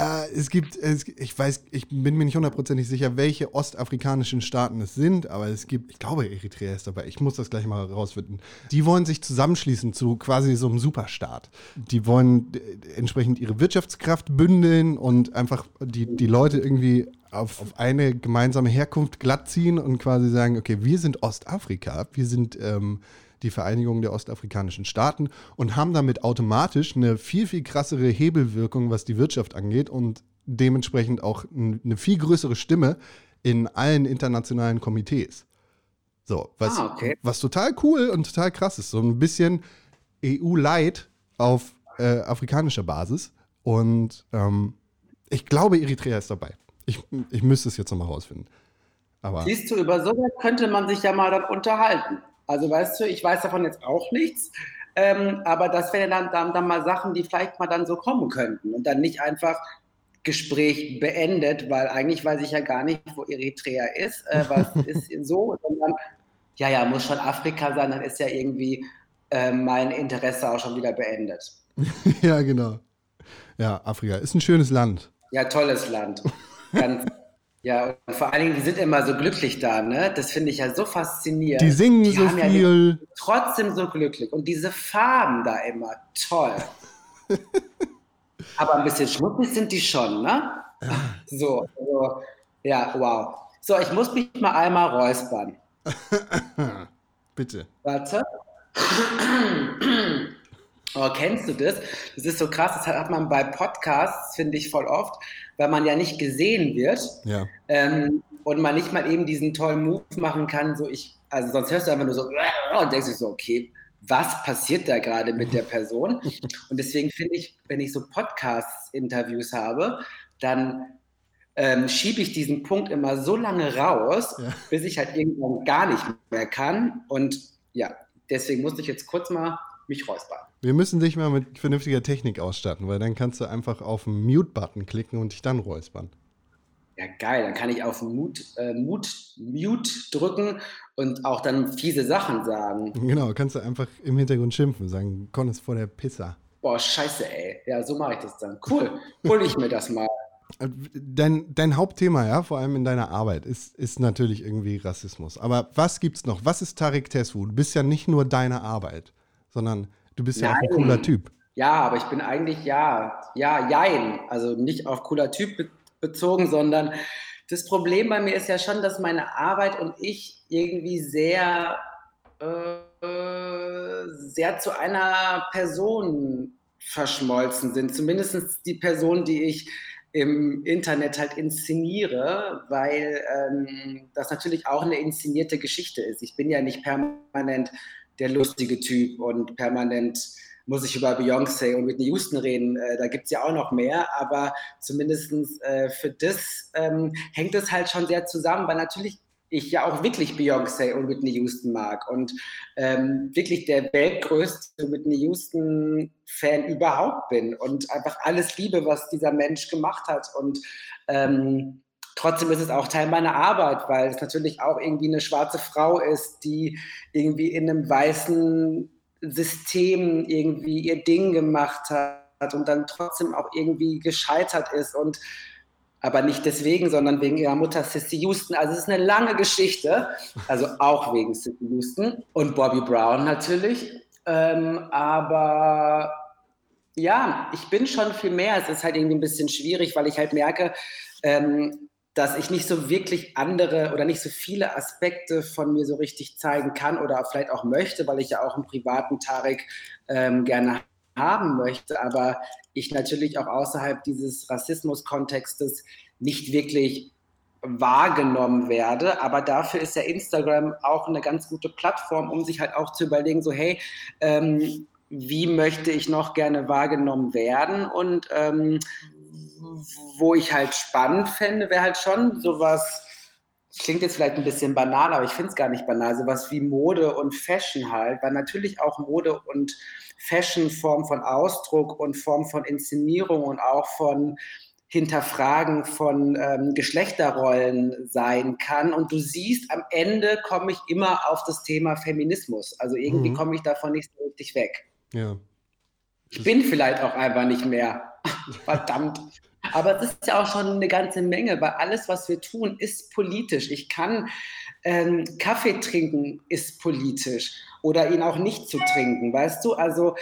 Ich bin mir nicht hundertprozentig sicher, welche ostafrikanischen Staaten es sind, aber ich glaube, Eritrea ist dabei. Ich muss das gleich mal rausfinden. Die wollen sich zusammenschließen zu quasi so einem Superstaat. Die wollen entsprechend ihre Wirtschaftskraft bündeln und einfach die Leute irgendwie auf eine gemeinsame Herkunft glattziehen und quasi sagen, okay, wir sind Ostafrika, wir sind die Vereinigung der ostafrikanischen Staaten und haben damit automatisch eine viel, viel krassere Hebelwirkung, was die Wirtschaft angeht und dementsprechend auch eine viel größere Stimme in allen internationalen Komitees. So, was total cool und total krass ist. So ein bisschen EU-Light auf afrikanischer Basis. Und ich glaube, Eritrea ist dabei. Ich müsste es jetzt nochmal rausfinden. Aber siehst du, über sowas könnte man sich ja mal dann unterhalten. Also weißt du, ich weiß davon jetzt auch nichts, aber das wären dann mal Sachen, die vielleicht mal dann so kommen könnten und dann nicht einfach Gespräch beendet, weil eigentlich weiß ich ja gar nicht, wo Eritrea ist, was ist so, sondern ja, muss schon Afrika sein, dann ist ja irgendwie mein Interesse auch schon wieder beendet. Ja, genau. Ja, Afrika ist ein schönes Land. Ja, tolles Land. Ganz ja, und vor allen Dingen, die sind immer so glücklich da, ne? Das finde ich ja so faszinierend. Die singen so viel. Ja trotzdem so glücklich. Und diese Farben da immer, toll. Aber ein bisschen schmutzig sind die schon, ne? So, ja, wow. So, ich muss mich mal einmal räuspern. Bitte. Warte. Oh, kennst du das? Das ist so krass, das hat man bei Podcasts, finde ich, voll oft, weil man ja nicht gesehen wird und man nicht mal eben diesen tollen Move machen kann, also sonst hörst du einfach nur so und denkst du so, okay, was passiert da gerade mit der Person? Und deswegen finde ich, wenn ich so Podcast-Interviews habe, dann schiebe ich diesen Punkt immer so lange raus, bis ich halt irgendwann gar nicht mehr kann und ja, deswegen musste ich jetzt kurz mal mich räuspern. Wir müssen dich mal mit vernünftiger Technik ausstatten, weil dann kannst du einfach auf den Mute-Button klicken und dich dann räuspern. Ja, geil. Dann kann ich auf Mute drücken und auch dann fiese Sachen sagen. Genau, kannst du einfach im Hintergrund schimpfen, sagen, Con ist vor der Pisser. Boah, scheiße, ey. Ja, so mache ich das dann. Cool. Hol ich mir das mal. Dein Hauptthema, ja, vor allem in deiner Arbeit, ist natürlich irgendwie Rassismus. Aber was gibt's noch? Was ist Tarek Tesfu? Du bist ja nicht nur deine Arbeit, sondern du bist ja auch ein cooler Typ. Ja, aber ich bin eigentlich, jein. Also nicht auf cooler Typ bezogen, sondern das Problem bei mir ist ja schon, dass meine Arbeit und ich irgendwie sehr zu einer Person verschmolzen sind. Zumindest die Person, die ich im Internet halt inszeniere, weil das natürlich auch eine inszenierte Geschichte ist. Ich bin ja nicht permanent der lustige Typ und permanent muss ich über Beyoncé und Whitney Houston reden. Da gibt es ja auch noch mehr, aber zumindest für das hängt es halt schon sehr zusammen, weil natürlich ich ja auch wirklich Beyoncé und Whitney Houston mag und wirklich der weltgrößte Whitney Houston-Fan überhaupt bin und einfach alles liebe, was dieser Mensch gemacht hat. Und trotzdem ist es auch Teil meiner Arbeit, weil es natürlich auch irgendwie eine schwarze Frau ist, die irgendwie in einem weißen System irgendwie ihr Ding gemacht hat und dann trotzdem auch irgendwie gescheitert ist und aber nicht deswegen, sondern wegen ihrer Mutter Cissy Houston. Also es ist eine lange Geschichte, also auch wegen Cissy Houston und Bobby Brown natürlich. Aber ja, ich bin schon viel mehr. Es ist halt irgendwie ein bisschen schwierig, weil ich halt merke, dass ich nicht so wirklich andere oder nicht so viele Aspekte von mir so richtig zeigen kann oder vielleicht auch möchte, weil ich ja auch einen privaten Tarek gerne haben möchte, aber ich natürlich auch außerhalb dieses Rassismus-Kontextes nicht wirklich wahrgenommen werde. Aber dafür ist ja Instagram auch eine ganz gute Plattform, um sich halt auch zu überlegen, so hey, wie möchte ich noch gerne wahrgenommen werden? Und wo ich halt spannend fände, wäre halt schon sowas, klingt jetzt vielleicht ein bisschen banal, aber ich finde es gar nicht banal, sowas wie Mode und Fashion halt, weil natürlich auch Mode und Fashion Form von Ausdruck und Form von Inszenierung und auch von Hinterfragen von Geschlechterrollen sein kann. Und du siehst, am Ende komme ich immer auf das Thema Feminismus. Also irgendwie komme ich davon nicht so richtig weg. Ja. Ich bin vielleicht auch einfach nicht mehr. Verdammt. Aber es ist ja auch schon eine ganze Menge, weil alles, was wir tun, ist politisch. Ich kann Kaffee trinken, ist politisch. Oder ihn auch nicht zu trinken, weißt du? Also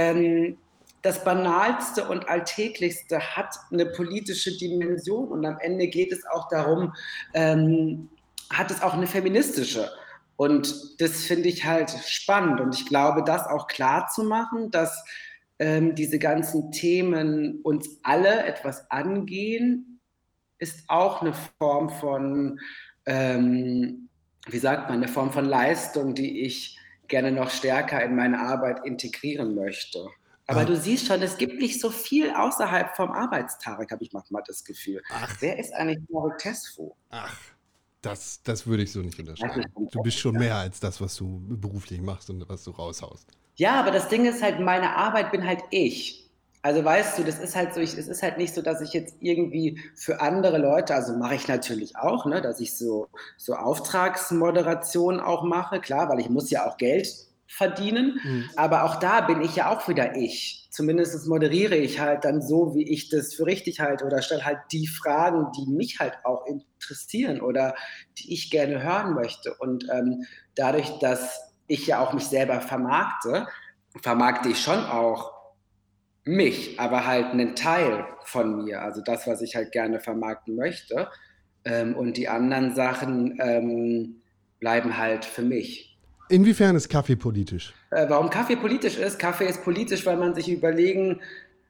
das Banalste und Alltäglichste hat eine politische Dimension und am Ende geht es auch darum, hat es auch eine feministische. Und das finde ich halt spannend und ich glaube, das auch klar zu machen, dass diese ganzen Themen uns alle etwas angehen, ist auch eine Form von, wie sagt man, eine Form von Leistung, die ich gerne noch stärker in meine Arbeit integrieren möchte. Aber du siehst schon, es gibt nicht so viel außerhalb vom Arbeitstag, habe ich manchmal das Gefühl. Wer ist eigentlich Tarek Tesfu? Ach, das würde ich so nicht unterschreiben. Du bist schon mehr als das, was du beruflich machst und was du raushaust. Ja, aber das Ding ist halt, meine Arbeit bin halt ich. Also weißt du, das ist halt so, es ist halt nicht so, dass ich jetzt irgendwie für andere Leute, also mache ich natürlich auch, ne, dass ich so Auftragsmoderation auch mache, klar, weil ich muss ja auch Geld verdienen, aber auch da bin ich ja auch wieder ich. Zumindest moderiere ich halt dann so, wie ich das für richtig halte oder stelle halt die Fragen, die mich halt auch interessieren oder die ich gerne hören möchte. Und dadurch, dass ich ja auch mich selber vermarkte ich schon auch mich, aber halt einen Teil von mir, also das, was ich halt gerne vermarkten möchte. Und die anderen Sachen bleiben halt für mich. Inwiefern ist Kaffee politisch? Warum Kaffee politisch ist? Kaffee ist politisch, weil man sich überlegen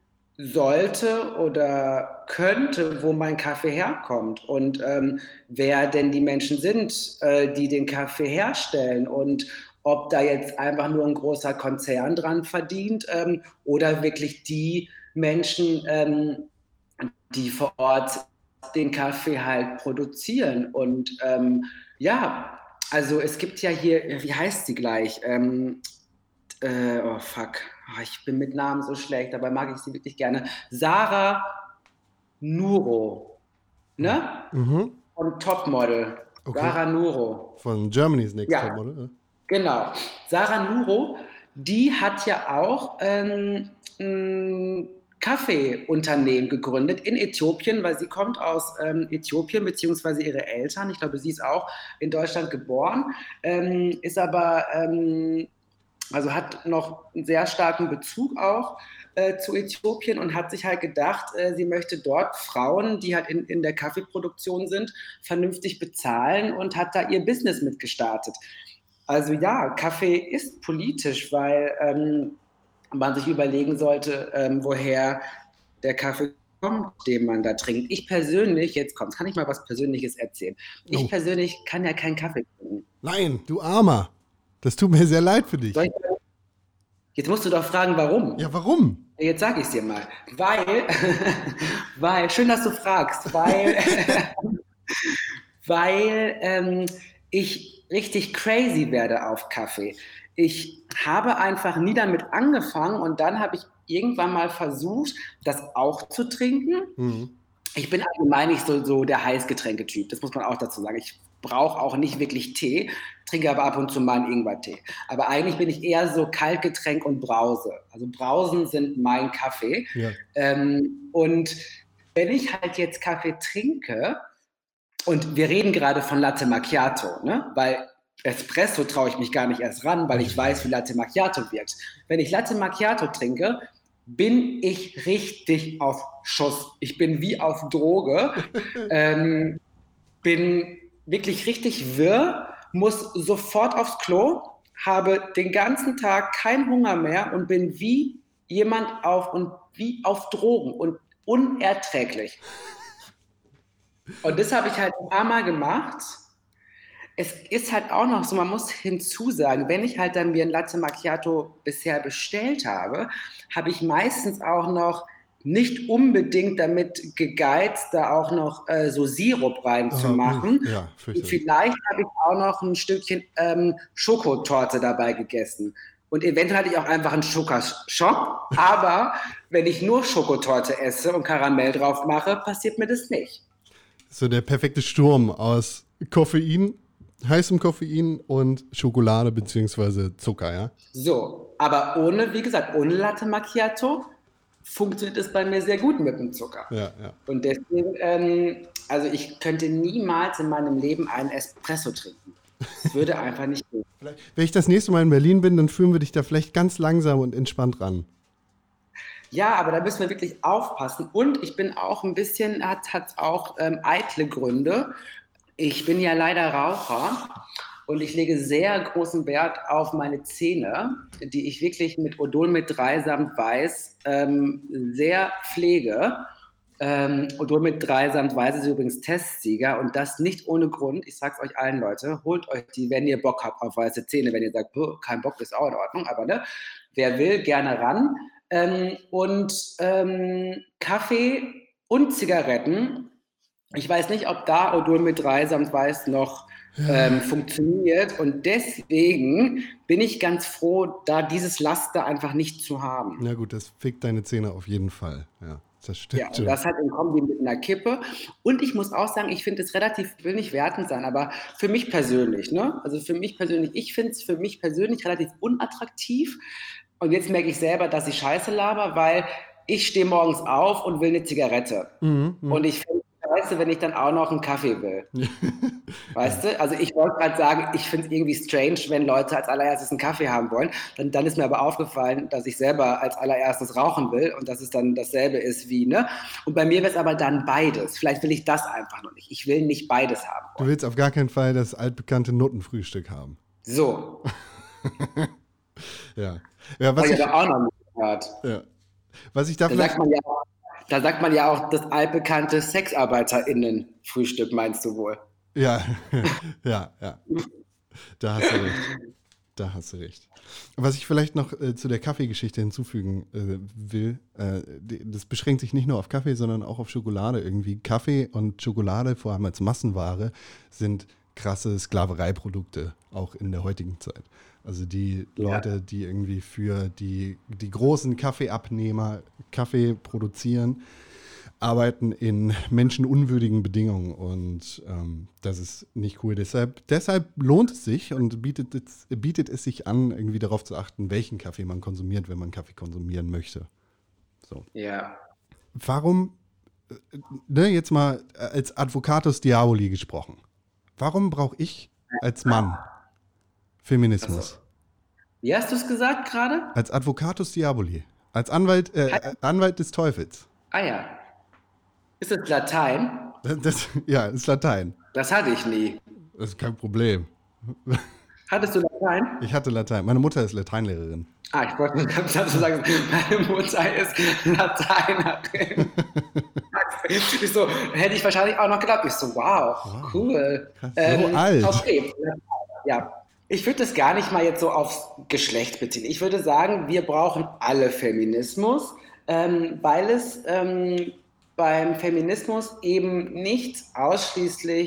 sollte oder könnte, wo mein Kaffee herkommt und wer denn die Menschen sind, die den Kaffee herstellen und ob da jetzt einfach nur ein großer Konzern dran verdient oder wirklich die Menschen, die vor Ort den Kaffee halt produzieren. Und ja, also es gibt ja hier, wie heißt sie gleich? Oh fuck, ich bin mit Namen so schlecht, dabei mag ich sie wirklich gerne. Sarah Nuro, ne? Von Topmodel. Okay. Sarah Nuro. Von Germany's Next Topmodel? Genau. Sarah Nuro, die hat ja auch ein Kaffeeunternehmen gegründet in Äthiopien, weil sie kommt aus Äthiopien, beziehungsweise ihre Eltern. Ich glaube, sie ist auch in Deutschland geboren, ist aber, also hat noch einen sehr starken Bezug auch zu Äthiopien und hat sich halt gedacht, sie möchte dort Frauen, die halt in der Kaffeeproduktion sind, vernünftig bezahlen und hat da ihr Business mitgestartet. Also ja, Kaffee ist politisch, weil man sich überlegen sollte, woher der Kaffee kommt, den man da trinkt. Ich persönlich, jetzt kommt's, kann ich mal was Persönliches erzählen? Ich persönlich kann ja keinen Kaffee trinken. Nein, du Armer. Das tut mir sehr leid für dich. Jetzt musst du doch fragen, warum. Ja, warum? Jetzt sage ich es dir mal. Weil, schön, dass du fragst, weil ich richtig crazy werde auf Kaffee. Ich habe einfach nie damit angefangen und dann habe ich irgendwann mal versucht, das auch zu trinken. Mhm. Ich bin allgemein nicht so der Heißgetränke-Typ, das muss man auch dazu sagen. Ich brauche auch nicht wirklich Tee, trinke aber ab und zu mal einen Ingwertee. Aber eigentlich bin ich eher so Kaltgetränk und Brause. Also Brausen sind mein Kaffee. Ja. Und wenn ich halt jetzt Kaffee trinke, und wir reden gerade von Latte Macchiato, ne? Weil Espresso traue ich mich gar nicht erst ran, weil ich weiß, wie Latte Macchiato wirkt. Wenn ich Latte Macchiato trinke, bin ich richtig auf Schuss. Ich bin wie auf Droge, bin wirklich richtig wirr, muss sofort aufs Klo, habe den ganzen Tag keinen Hunger mehr und bin wie jemand wie auf Drogen und unerträglich. Und das habe ich halt ein paar Mal gemacht. Es ist halt auch noch so, man muss hinzusagen, wenn ich halt dann mir ein Latte Macchiato bisher bestellt habe, habe ich meistens auch noch nicht unbedingt damit gegeizt, da auch noch so Sirup reinzumachen. Ja, Und vielleicht habe ich auch noch ein Stückchen Schokotorte dabei gegessen. Und eventuell hatte ich auch einfach einen Schokoschock. Aber wenn ich nur Schokotorte esse und Karamell drauf mache, passiert mir das nicht. So der perfekte Sturm aus Koffein, heißem Koffein und Schokolade bzw. Zucker, ja? So, aber wie gesagt, ohne Latte Macchiato funktioniert es bei mir sehr gut mit dem Zucker. Ja, ja. Und deswegen, also ich könnte niemals in meinem Leben einen Espresso trinken. Das würde einfach nicht gehen. Wenn ich das nächste Mal in Berlin bin, dann führen wir dich da vielleicht ganz langsam und entspannt ran. Ja, aber da müssen wir wirklich aufpassen. Und ich bin auch ein bisschen, hat auch eitle Gründe. Ich bin ja leider Raucher und ich lege sehr großen Wert auf meine Zähne, die ich wirklich mit Odol mit 3 samt Weiß sehr pflege. Odol mit 3 samt Weiß ist übrigens Testsieger und das nicht ohne Grund. Ich sag's euch allen, Leute, holt euch die, wenn ihr Bock habt auf weiße Zähne. Wenn ihr sagt, kein Bock, ist auch in Ordnung, aber ne, wer will, gerne ran. Kaffee und Zigaretten. Ich weiß nicht, ob da Odol mit 3 samt Weiß noch funktioniert. Und deswegen bin ich ganz froh, da dieses Laster einfach nicht zu haben. Na gut, das fickt deine Zähne auf jeden Fall. Ja, das stimmt. Ja, und das halt in Kombi mit einer Kippe. Und ich muss auch sagen, ich finde es relativ, will nicht wertend sein, aber für mich persönlich, ne? Also für mich persönlich, ich finde es für mich persönlich relativ unattraktiv. Und jetzt merke ich selber, dass ich Scheiße laber, weil ich stehe morgens auf und will eine Zigarette. Und ich finde es scheiße, wenn ich dann auch noch einen Kaffee will. Weißt du? Also ich wollte gerade sagen, ich finde es irgendwie strange, wenn Leute als allererstes einen Kaffee haben wollen. Dann ist mir aber aufgefallen, dass ich selber als allererstes rauchen will und dass es dann dasselbe ist wie, ne? Und bei mir wäre es aber dann beides. Vielleicht will ich das einfach noch nicht. Ich will nicht beides haben wollen. Du willst auf gar keinen Fall das altbekannte Nuttenfrühstück haben. So. Ja. Ja, was Habe ich ich aber auch noch nicht gehört. Ja. Was ich da Da vielleicht. sagt man ja auch das altbekannte SexarbeiterInnen-Frühstück, meinst du wohl? Ja, ja. Da hast du recht. Da hast du recht. Was ich vielleicht noch zu der Kaffeegeschichte hinzufügen will, das beschränkt sich nicht nur auf Kaffee, sondern auch auf Schokolade irgendwie. Kaffee und Schokolade, vor allem als Massenware, sind krasse Sklavereiprodukte, auch in der heutigen Zeit. Also die Leute, die irgendwie für die großen Kaffeeabnehmer Kaffee produzieren, arbeiten in menschenunwürdigen Bedingungen und das ist nicht cool. Deshalb lohnt es sich und bietet es sich an, irgendwie darauf zu achten, welchen Kaffee man konsumiert, wenn man Kaffee konsumieren möchte. So. Ja. Warum, jetzt mal als Advocatus Diaboli gesprochen, warum brauche ich als Mann Feminismus? Also, wie hast du es gesagt gerade? Als Advocatus Diaboli, als Anwalt des Teufels. Ah ja. Ist das Latein? Ja, ist Latein. Das hatte ich nie. Das ist kein Problem. Hattest du Latein? Ich hatte Latein. Meine Mutter ist Lateinlehrerin. Ich wollte nur ganz sagen, meine Mutter ist Lateinerin. Ich so, hätte ich wahrscheinlich auch noch gedacht. Ich so, wow, cool. Krass, so alt. Okay, ja. Ich würde das gar nicht mal jetzt so aufs Geschlecht beziehen. Ich würde sagen, wir brauchen alle Feminismus, weil es beim Feminismus eben nicht ausschließlich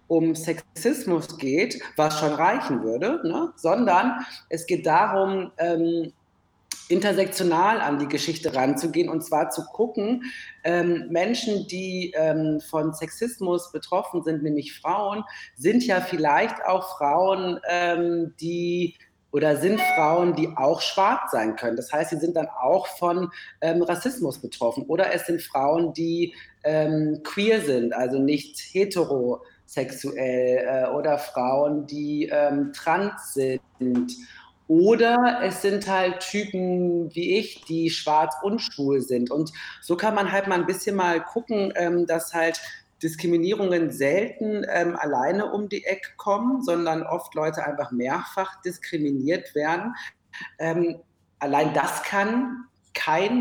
um Sexismus geht, was schon reichen würde, ne? Sondern es geht darum, intersektional an die Geschichte ranzugehen und zwar zu gucken, Menschen, die von Sexismus betroffen sind, nämlich Frauen, sind ja vielleicht auch Frauen, die oder sind Frauen, die auch schwarz sein können. Das heißt, sie sind dann auch von Rassismus betroffen. Oder es sind Frauen, die queer sind, also nicht heterosexuell, oder Frauen, die trans sind. Oder es sind halt Typen wie ich, die schwarz und schwul sind. Und so kann man halt mal ein bisschen mal gucken, dass halt Diskriminierungen selten alleine um die Ecke kommen, sondern oft Leute einfach mehrfach diskriminiert werden. Allein das kann kein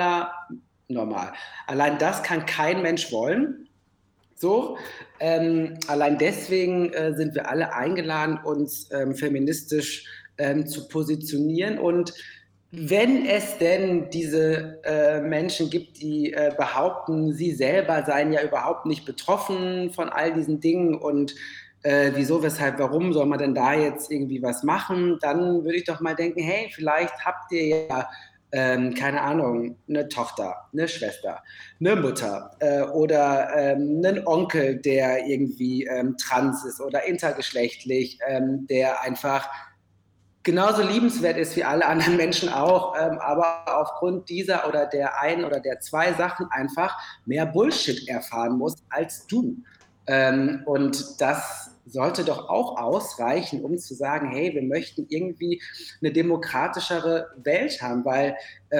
allein das kann kein Mensch wollen. So, allein deswegen sind wir alle eingeladen, uns feministisch zu positionieren. Und wenn es denn diese Menschen gibt, die behaupten, sie selber seien ja überhaupt nicht betroffen von all diesen Dingen und wieso, weshalb, warum soll man denn da jetzt irgendwie was machen, dann würde ich doch mal denken, hey, vielleicht habt ihr ja keine Ahnung, eine Tochter, eine Schwester, eine Mutter oder einen Onkel, der irgendwie trans ist oder intergeschlechtlich, der einfach genauso liebenswert ist wie alle anderen Menschen auch, aber aufgrund dieser oder der ein oder der zwei Sachen einfach mehr Bullshit erfahren muss als du. Und das sollte doch auch ausreichen, um zu sagen, hey, wir möchten irgendwie eine demokratischere Welt haben, weil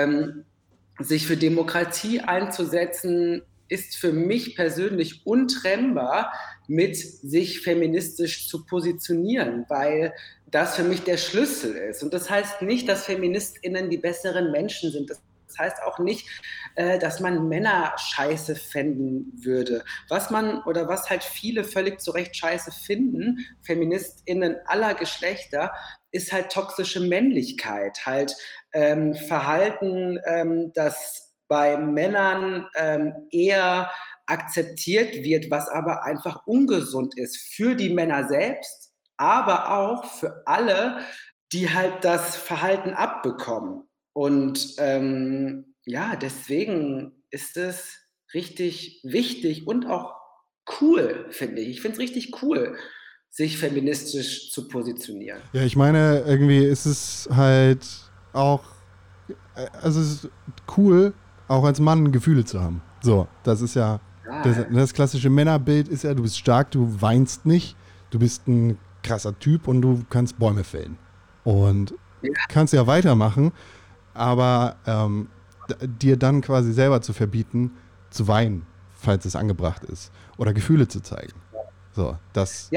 sich für Demokratie einzusetzen, ist für mich persönlich untrennbar mit sich feministisch zu positionieren, weil das für mich der Schlüssel ist. Und das heißt nicht, dass FeministInnen die besseren Menschen sind. Das heißt auch nicht, dass man Männer scheiße fänden würde. Was man oder was halt viele völlig zu Recht scheiße finden, FeministInnen aller Geschlechter, ist halt toxische Männlichkeit, halt Verhalten, das bei Männern eher akzeptiert wird, was aber einfach ungesund ist für die Männer selbst, aber auch für alle, die halt das Verhalten abbekommen. Und ja, deswegen ist es richtig wichtig und auch cool, finde ich. Ich finde es richtig cool, sich feministisch zu positionieren. Ja, ich meine, irgendwie ist es halt auch, also es ist cool, auch als Mann Gefühle zu haben. So, das ist ja, das klassische Männerbild ist ja, du bist stark, du weinst nicht, du bist ein krasser Typ und du kannst Bäume fällen. Und kannst ja weitermachen, aber dir dann quasi selber zu verbieten, zu weinen, falls es angebracht ist. Oder Gefühle zu zeigen. So, das.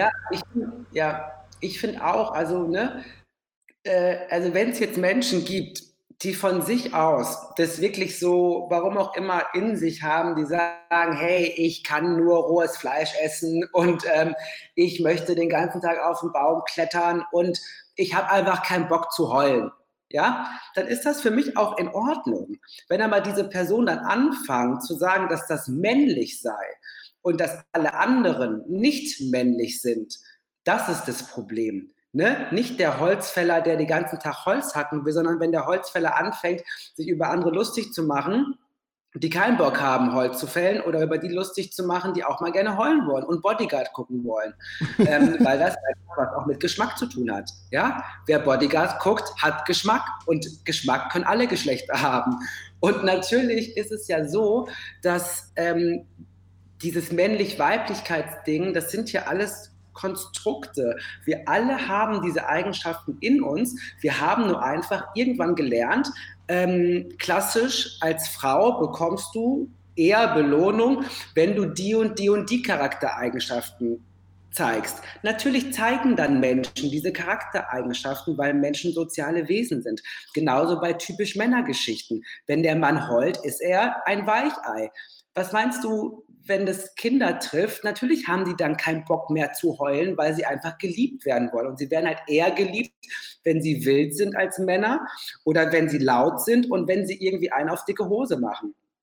Ich finde auch, also, ne, also wenn es jetzt Menschen gibt, die von sich aus das wirklich so, warum auch immer, in sich haben, die sagen, hey, ich kann nur rohes Fleisch essen und ich möchte den ganzen Tag auf den Baum klettern und ich habe einfach keinen Bock zu heulen. Ja, dann ist das für mich auch in Ordnung. Wenn aber diese Person dann anfängt zu sagen, dass das männlich sei und dass alle anderen nicht männlich sind, das ist das Problem. Ne? Nicht der Holzfäller, der den ganzen Tag Holz hacken will, sondern wenn der Holzfäller anfängt, sich über andere lustig zu machen, die keinen Bock haben, Holz zu fällen, oder über die lustig zu machen, die auch mal gerne heulen wollen und Bodyguard gucken wollen. Weil das einfach was auch mit Geschmack zu tun hat. Ja? Wer Bodyguard guckt, hat Geschmack und Geschmack können alle Geschlechter haben. Und natürlich ist es ja so, dass dieses Männlich-Weiblichkeitsding, das sind ja alles Konstrukte. Wir alle haben diese Eigenschaften in uns. Wir haben nur einfach irgendwann gelernt, klassisch als Frau bekommst du eher Belohnung, wenn du die und die und die Charaktereigenschaften zeigst. Natürlich zeigen dann Menschen diese Charaktereigenschaften, weil Menschen soziale Wesen sind. Genauso bei typisch Männergeschichten. Wenn der Mann heult, ist er ein Weichei. Was meinst du, wenn das Kinder trifft? Natürlich haben die dann keinen Bock mehr zu heulen, weil sie einfach geliebt werden wollen. Und sie werden halt eher geliebt, wenn sie wild sind als Männer oder wenn sie laut sind und wenn sie irgendwie einen auf dicke Hose machen.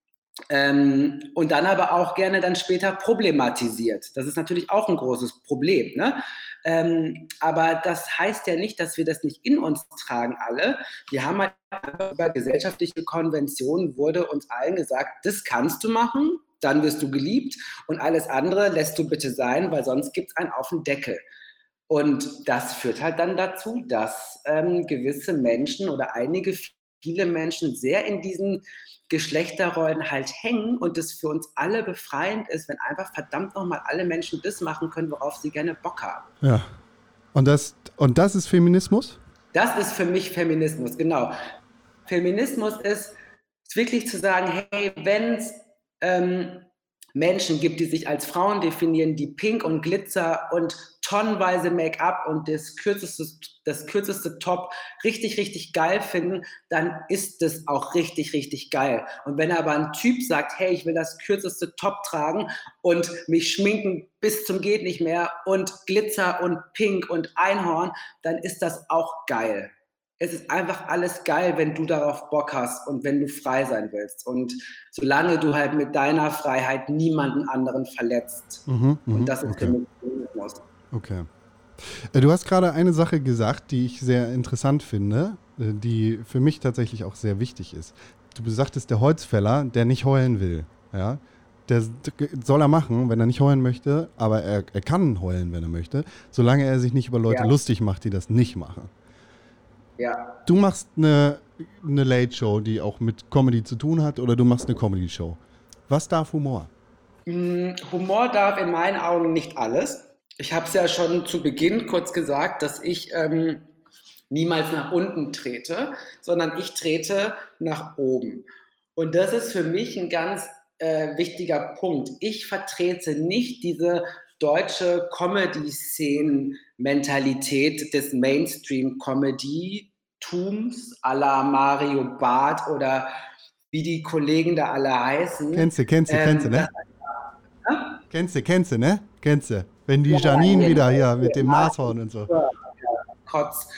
Und dann aber auch gerne dann später problematisiert. Das ist natürlich auch ein großes Problem. Ne? Aber das heißt ja nicht, dass wir das nicht in uns tragen alle. Wir haben halt über gesellschaftliche Konventionen wurde uns allen gesagt, das kannst du machen, dann wirst du geliebt und alles andere lässt du bitte sein, weil sonst gibt es einen auf den Deckel. Und das führt halt dann dazu, dass gewisse Menschen oder viele Menschen sehr in diesen Geschlechterrollen halt hängen und es für uns alle befreiend ist, wenn einfach verdammt nochmal alle Menschen das machen können, worauf sie gerne Bock haben. Ja. Und das ist Feminismus? Das ist für mich Feminismus, genau. Feminismus ist wirklich zu sagen, hey, wenn es Menschen gibt, die sich als Frauen definieren, die Pink und Glitzer und tonnenweise Make-up und das kürzeste Top richtig, richtig geil finden, dann ist das auch richtig, richtig geil. Und wenn aber ein Typ sagt, hey, ich will das kürzeste Top tragen und mich schminken bis zum geht nicht mehr und Glitzer und Pink und Einhorn, dann ist das auch geil. Es ist einfach alles geil, wenn du darauf Bock hast und wenn du frei sein willst. Und solange du halt mit deiner Freiheit niemanden anderen verletzt. Und das ist für mich Feminismus. Okay. Du hast gerade eine Sache gesagt, die ich sehr interessant finde, die für mich tatsächlich auch sehr wichtig ist. Du sagtest, der Holzfäller, der nicht heulen will, ja, der soll er machen, wenn er nicht heulen möchte, aber er kann heulen, wenn er möchte, solange er sich nicht über Leute lustig macht, die das nicht machen. Ja. Du machst eine Late-Show, die auch mit Comedy zu tun hat, oder du machst eine Comedy-Show. Was darf Humor? Humor darf in meinen Augen nicht alles. Ich habe es ja schon zu Beginn kurz gesagt, dass ich niemals nach unten trete, sondern ich trete nach oben. Und das ist für mich ein ganz wichtiger Punkt. Ich vertrete nicht diese deutsche Comedy-Szenen-Mentalität des Mainstream-Comedy-Tums à la Mario Barth oder wie die Kollegen da alle heißen. Kennst du, ne? Kennst du, ne? Kennst du. Wenn die Janine wieder hier mit dem Nashorn und so. Kotz.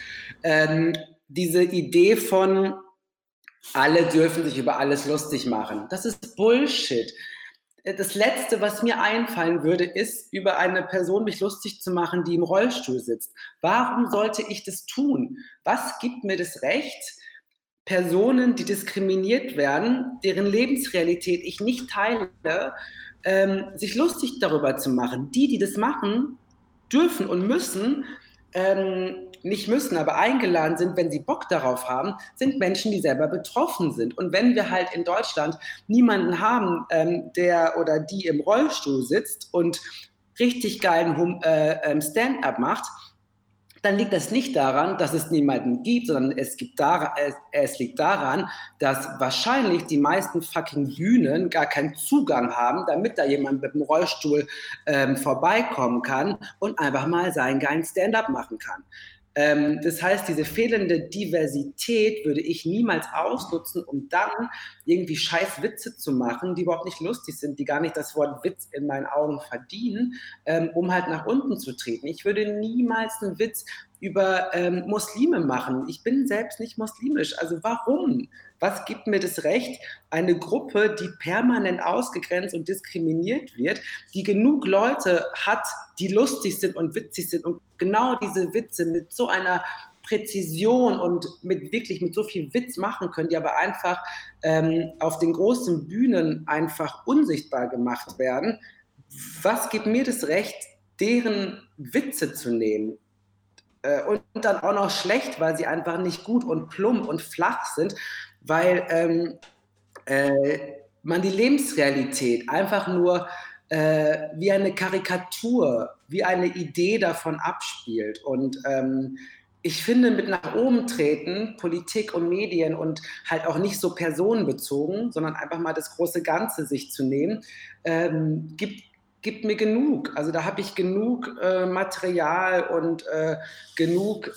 Diese Idee von alle dürfen sich über alles lustig machen. Das ist Bullshit. Das Letzte, was mir einfallen würde, ist, über eine Person mich lustig zu machen, die im Rollstuhl sitzt. Warum sollte ich das tun? Was gibt mir das Recht, Personen, die diskriminiert werden, deren Lebensrealität ich nicht teile, sich lustig darüber zu machen? Die das machen, dürfen und müssen, nicht müssen, aber eingeladen sind, wenn sie Bock darauf haben, sind Menschen, die selber betroffen sind. Und wenn wir halt in Deutschland niemanden haben, der oder die im Rollstuhl sitzt und richtig geilen Stand-up macht, dann liegt das nicht daran, dass es niemanden gibt, sondern es liegt daran, dass wahrscheinlich die meisten fucking Bühnen gar keinen Zugang haben, damit da jemand mit dem Rollstuhl vorbeikommen kann und einfach mal seinen geilen Stand-up machen kann. Das heißt, diese fehlende Diversität würde ich niemals ausnutzen, um dann irgendwie scheiß Witze zu machen, die überhaupt nicht lustig sind, die gar nicht das Wort Witz in meinen Augen verdienen, um halt nach unten zu treten. Ich würde niemals einen Witz über Muslime machen. Ich bin selbst nicht muslimisch. Also warum? Was gibt mir das Recht, eine Gruppe, die permanent ausgegrenzt und diskriminiert wird, die genug Leute hat, die lustig sind und witzig sind und genau diese Witze mit so einer Präzision und mit so viel Witz machen können, die aber einfach auf den großen Bühnen einfach unsichtbar gemacht werden. Was gibt mir das Recht, deren Witze zu nehmen? Und dann auch noch schlecht, weil sie einfach nicht gut und plump und flach sind, weil man die Lebensrealität einfach nur wie eine Karikatur, wie eine Idee davon abspielt. Und ich finde, mit nach oben treten, Politik und Medien und halt auch nicht so personenbezogen, sondern einfach mal das große Ganze sich zu nehmen, gibt mir genug. Also da habe ich genug Material und genug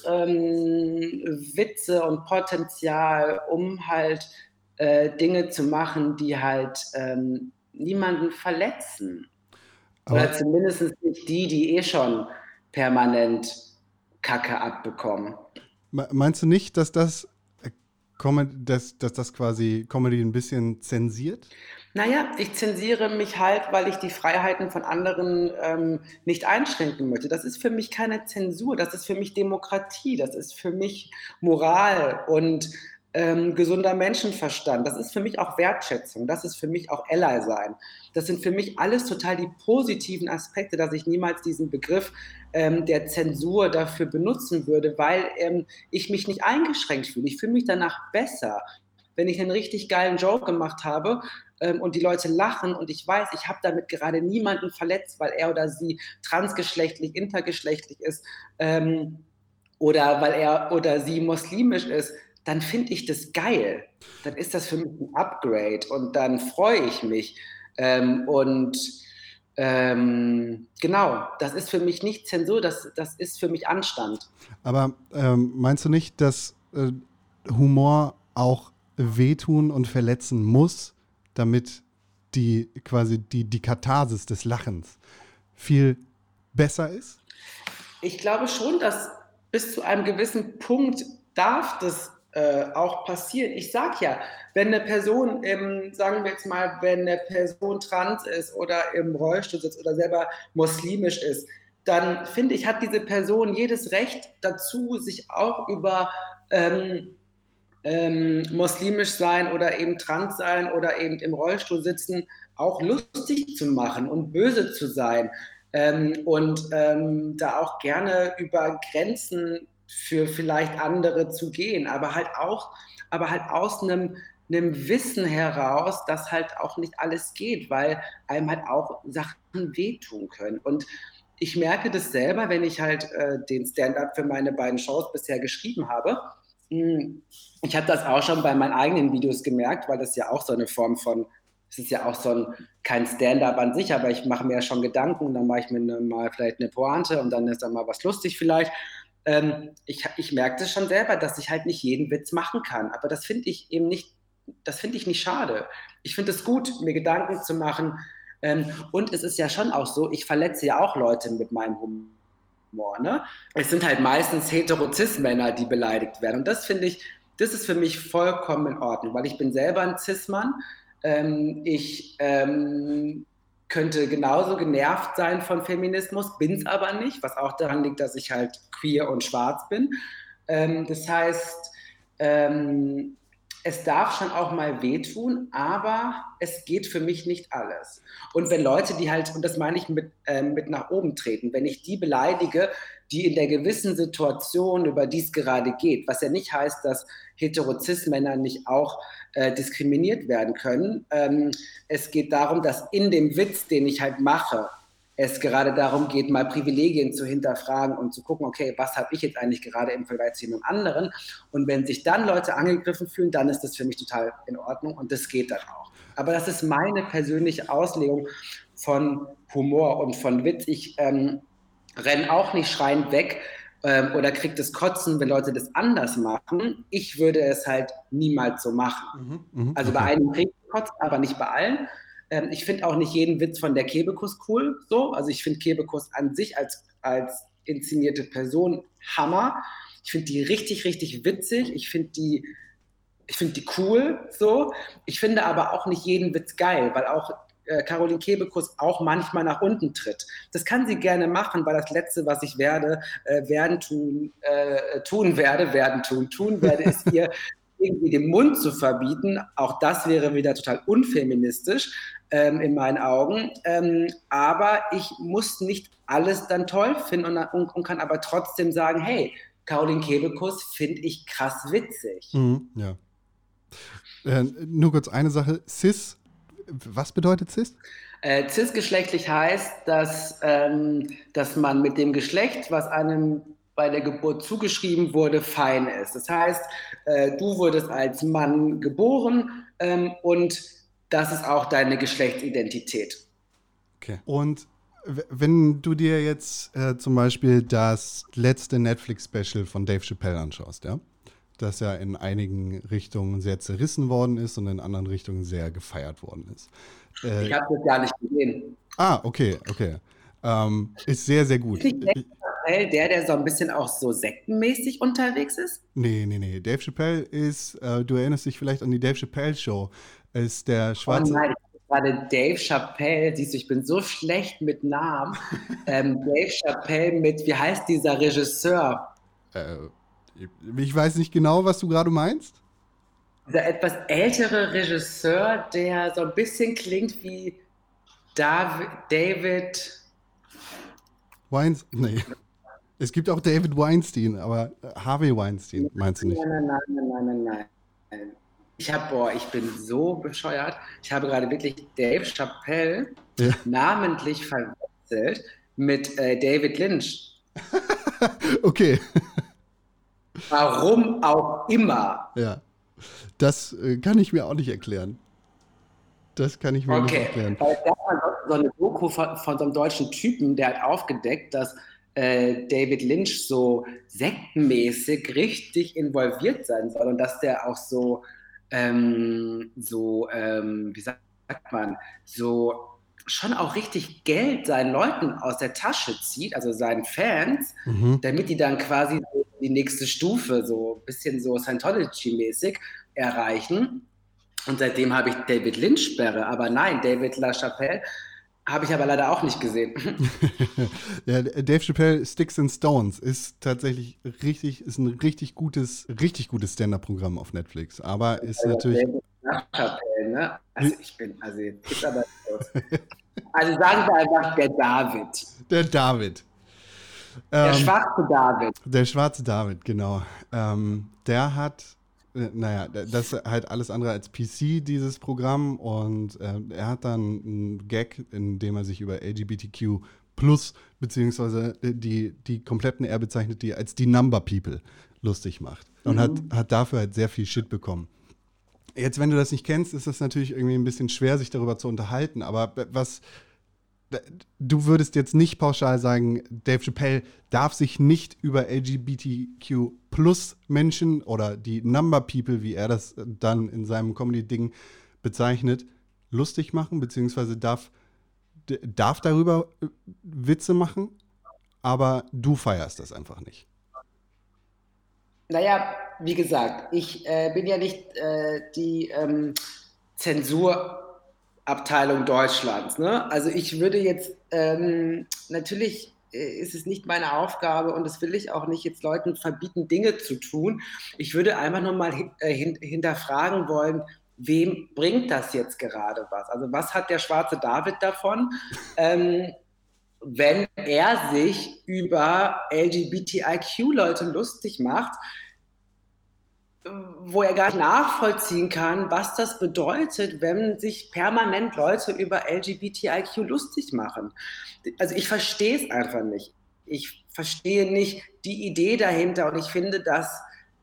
Witze und Potenzial, um halt Dinge zu machen, die halt niemanden verletzen. Oder zumindest nicht die eh schon permanent Kacke abbekommen. Meinst du nicht, dass das dass das quasi Comedy ein bisschen zensiert? Naja, ich zensiere mich halt, weil ich die Freiheiten von anderen nicht einschränken möchte. Das ist für mich keine Zensur, das ist für mich Demokratie, das ist für mich Moral und gesunder Menschenverstand. Das ist für mich auch Wertschätzung, das ist für mich auch Ally sein. Das sind für mich alles total die positiven Aspekte, dass ich niemals diesen Begriff der Zensur dafür benutzen würde, weil ich mich nicht eingeschränkt fühle. Ich fühle mich danach besser, wenn ich einen richtig geilen Joke gemacht habe und die Leute lachen und ich weiß, ich habe damit gerade niemanden verletzt, weil er oder sie transgeschlechtlich, intergeschlechtlich ist oder weil er oder sie muslimisch ist, dann finde ich das geil. Dann ist das für mich ein Upgrade und dann freue ich mich. Genau, das ist für mich nicht Zensur, das ist für mich Anstand. Aber meinst du nicht, dass Humor auch wehtun und verletzen muss, damit die Katharsis des Lachens viel besser ist? Ich glaube schon, dass bis zu einem gewissen Punkt darf das auch passieren. Ich sag ja, wenn eine Person, sagen wir jetzt mal, wenn eine Person trans ist oder im Rollstuhl sitzt oder selber muslimisch ist, dann finde ich, hat diese Person jedes Recht dazu, sich auch über muslimisch sein oder eben trans sein oder eben im Rollstuhl sitzen, auch lustig zu machen und böse zu sein. Da auch gerne über Grenzen für vielleicht andere zu gehen, aber halt aus einem Wissen heraus, dass halt auch nicht alles geht, weil einem halt auch Sachen wehtun können. Und ich merke das selber, wenn ich halt den Stand-up für meine beiden Shows bisher geschrieben habe. Ich habe das auch schon bei meinen eigenen Videos gemerkt, weil das ja auch so eine Form von, es ist ja auch so kein Stand-up an sich, aber ich mache mir ja schon Gedanken und dann mache ich mir mal vielleicht eine Pointe und dann ist dann mal was lustig vielleicht. Ich merke das schon selber, dass ich halt nicht jeden Witz machen kann, aber das finde ich eben nicht, das finde ich nicht schade. Ich finde es gut, mir Gedanken zu machen und es ist ja schon auch so, ich verletze ja auch Leute mit meinem Humor, ne? Es sind halt meistens Hetero-Cis-Männer, die beleidigt werden und das finde ich, das ist für mich vollkommen in Ordnung, weil ich bin selber ein Cis-Mann. Ich könnte genauso genervt sein von Feminismus, bin es aber nicht, was auch daran liegt, dass ich halt queer und schwarz bin. Das heißt, es darf schon auch mal wehtun, aber es geht für mich nicht alles. Und wenn Leute, die halt, und das meine ich mit nach oben treten, wenn ich die beleidige, die in der gewissen Situation, über die es gerade geht, was ja nicht heißt, dass Hetero-Cis-Männer nicht auch diskriminiert werden können. Es geht darum, dass in dem Witz, den ich halt mache, es gerade darum geht, mal Privilegien zu hinterfragen und zu gucken, okay, was habe ich jetzt eigentlich gerade im Vergleich zu einem anderen? Und wenn sich dann Leute angegriffen fühlen, dann ist das für mich total in Ordnung und das geht dann auch. Aber das ist meine persönliche Auslegung von Humor und von Witz. Ich renne auch nicht schreiend weg oder kriege das Kotzen, wenn Leute das anders machen. Ich würde es halt niemals so machen. Also bei einigen kriege ich Kotzen, aber nicht bei allen. Ich finde auch nicht jeden Witz von der Kebekus cool. So. Also ich finde Kebekus an sich als inszenierte Person Hammer. Ich finde die richtig, richtig witzig. Ich finde die cool. So. Ich finde aber auch nicht jeden Witz geil, weil auch Caroline Kebekus auch manchmal nach unten tritt. Das kann sie gerne machen, weil das Letzte, was ich tun werde, ist ihr irgendwie den Mund zu verbieten. Auch das wäre wieder total unfeministisch in meinen Augen. Aber ich muss nicht alles dann toll finden und kann aber trotzdem sagen, hey, Caroline Kebekus finde ich krass witzig. Ja. Nur kurz eine Sache. Cis, was bedeutet Cis? Cisgeschlechtlich heißt, dass man mit dem Geschlecht, was einem bei der Geburt zugeschrieben wurde, fein ist. Das heißt, du wurdest als Mann geboren und das ist auch deine Geschlechtsidentität. Okay. Und wenn du dir jetzt zum Beispiel das letzte Netflix-Special von Dave Chappelle anschaust, ja, das ja in einigen Richtungen sehr zerrissen worden ist und in anderen Richtungen sehr gefeiert worden ist. Ich habe das gar nicht gesehen. Okay. Ist sehr, sehr gut. Chappelle der so ein bisschen auch so sektenmäßig unterwegs ist? Nee. Dave Chappelle ist, du erinnerst dich vielleicht an die Dave Chappelle Show, ist der Oh schwarze. nein, gerade Dave Chappelle, siehst du, ich bin so schlecht mit Namen. Dave Chappelle mit, wie heißt dieser Regisseur? Ich weiß nicht genau, was du gerade meinst. Dieser etwas ältere Regisseur, der so ein bisschen klingt wie David. Nee. Es gibt auch David Weinstein, aber Harvey Weinstein meinst du nicht? Nein. Ich bin so bescheuert. Ich habe gerade wirklich Dave Chappelle Ja. namentlich verwechselt mit David Lynch. Okay, Warum auch immer. ja. Das kann ich mir auch nicht erklären. Das kann ich mir nicht Okay, erklären. weil es gab mal so eine Doku von so einem deutschen Typen, der hat aufgedeckt, dass David Lynch so sektenmäßig richtig involviert sein soll und dass der auch wie sagt man, so schon auch richtig Geld seinen Leuten aus der Tasche zieht, also seinen Fans, damit die dann quasi so die nächste Stufe, so ein bisschen so Scientology-mäßig erreichen. Und seitdem habe ich David Lynch-Sperre. Aber nein, David LaChapelle habe ich aber leider auch nicht gesehen. Ja, Dave Chappelle Sticks and Stones ist tatsächlich ist ein richtig gutes Stand-Up-Programm auf Netflix. Aber ist natürlich. David LaChapelle, ne? Also jetzt geht's aber los. Also sagen wir einfach der David. Der David. Der schwarze David. Der schwarze David, genau. Der hat, das ist halt alles andere als PC, dieses Programm. Und er hat dann einen Gag, in dem er sich über LGBTQ plus, beziehungsweise die kompletten, er bezeichnet die als die Number People lustig macht. Und hat dafür halt sehr viel Shit bekommen. Jetzt, wenn du das nicht kennst, ist das natürlich irgendwie ein bisschen schwer, sich darüber zu unterhalten. Aber du würdest jetzt nicht pauschal sagen, Dave Chappelle darf sich nicht über LGBTQ plus Menschen oder die Number People, wie er das dann in seinem Comedy-Ding bezeichnet, lustig machen, beziehungsweise darf darüber Witze machen, aber du feierst das einfach nicht. Naja, wie gesagt, ich bin ja nicht die Zensurabteilung Deutschlands. Ne? Also ich würde jetzt, natürlich ist es nicht meine Aufgabe und das will ich auch nicht, jetzt Leuten verbieten, Dinge zu tun. Ich würde einfach nur mal hinterfragen wollen, wem bringt das jetzt gerade was? Also was hat der schwarze David davon? Wenn er sich über LGBTIQ-Leute lustig macht, wo er gar nicht nachvollziehen kann, was das bedeutet, wenn sich permanent Leute über LGBTIQ lustig machen. Also ich verstehe es einfach nicht. Ich verstehe nicht die Idee dahinter und ich finde das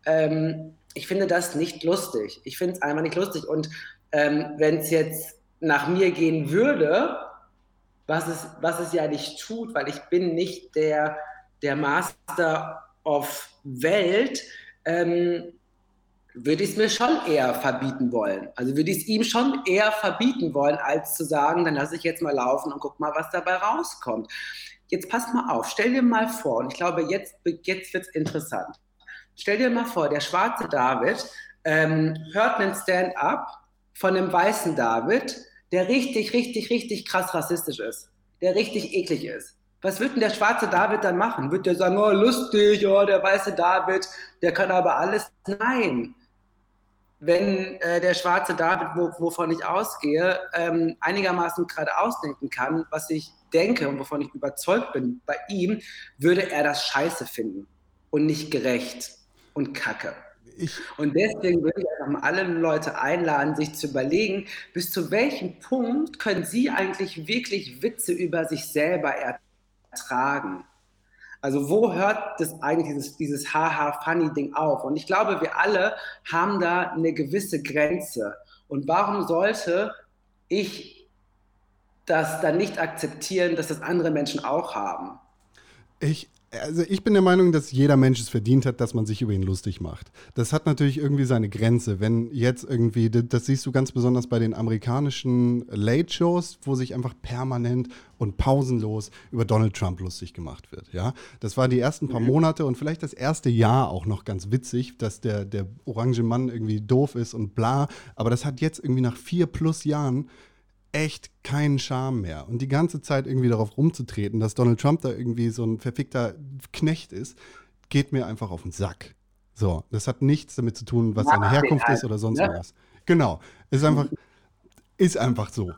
nicht lustig. Ich finde es einfach nicht lustig. Und wenn es jetzt nach mir gehen würde, was es ja nicht tut, weil ich bin nicht der Master of Welt, würde ich es mir schon eher verbieten wollen. Also würde ich es ihm schon eher verbieten wollen, als zu sagen, dann lasse ich jetzt mal laufen und guck mal, was dabei rauskommt. Jetzt pass mal auf, stell dir mal vor, und ich glaube, jetzt wird es interessant. Stell dir mal vor, der schwarze David hört einen Stand-up von einem weißen David, der richtig, richtig, richtig krass rassistisch ist, der richtig eklig ist. Was wird denn der schwarze David dann machen? Wird der sagen, oh lustig, oh der weiße David, der kann aber alles? Nein. Wenn der schwarze David, wovon ich ausgehe, einigermaßen gerade ausdenken kann, was ich denke und wovon ich überzeugt bin, bei ihm würde er das scheiße finden und nicht gerecht und kacke. Und deswegen würde ich einfach mal alle Leute einladen, sich zu überlegen, bis zu welchem Punkt können sie eigentlich wirklich Witze über sich selber ertragen. Also wo hört das eigentlich dieses Haha-Funny-Ding auf? Und ich glaube, wir alle haben da eine gewisse Grenze. Und warum sollte ich das dann nicht akzeptieren, dass das andere Menschen auch haben? Also ich bin der Meinung, dass jeder Mensch es verdient hat, dass man sich über ihn lustig macht. Das hat natürlich irgendwie seine Grenze. Wenn jetzt irgendwie, das siehst du ganz besonders bei den amerikanischen Late-Shows, wo sich einfach permanent und pausenlos über Donald Trump lustig gemacht wird. Ja? Das war die ersten paar Monate und vielleicht das erste Jahr auch noch ganz witzig, dass der orange Mann irgendwie doof ist und bla. Aber das hat jetzt irgendwie nach 4+ Jahren echt keinen Charme mehr. Und die ganze Zeit irgendwie darauf rumzutreten, dass Donald Trump da irgendwie so ein verfickter Knecht ist, geht mir einfach auf den Sack. So, das hat nichts damit zu tun, was seine Herkunft ist oder sonst was. Genau, ist einfach so.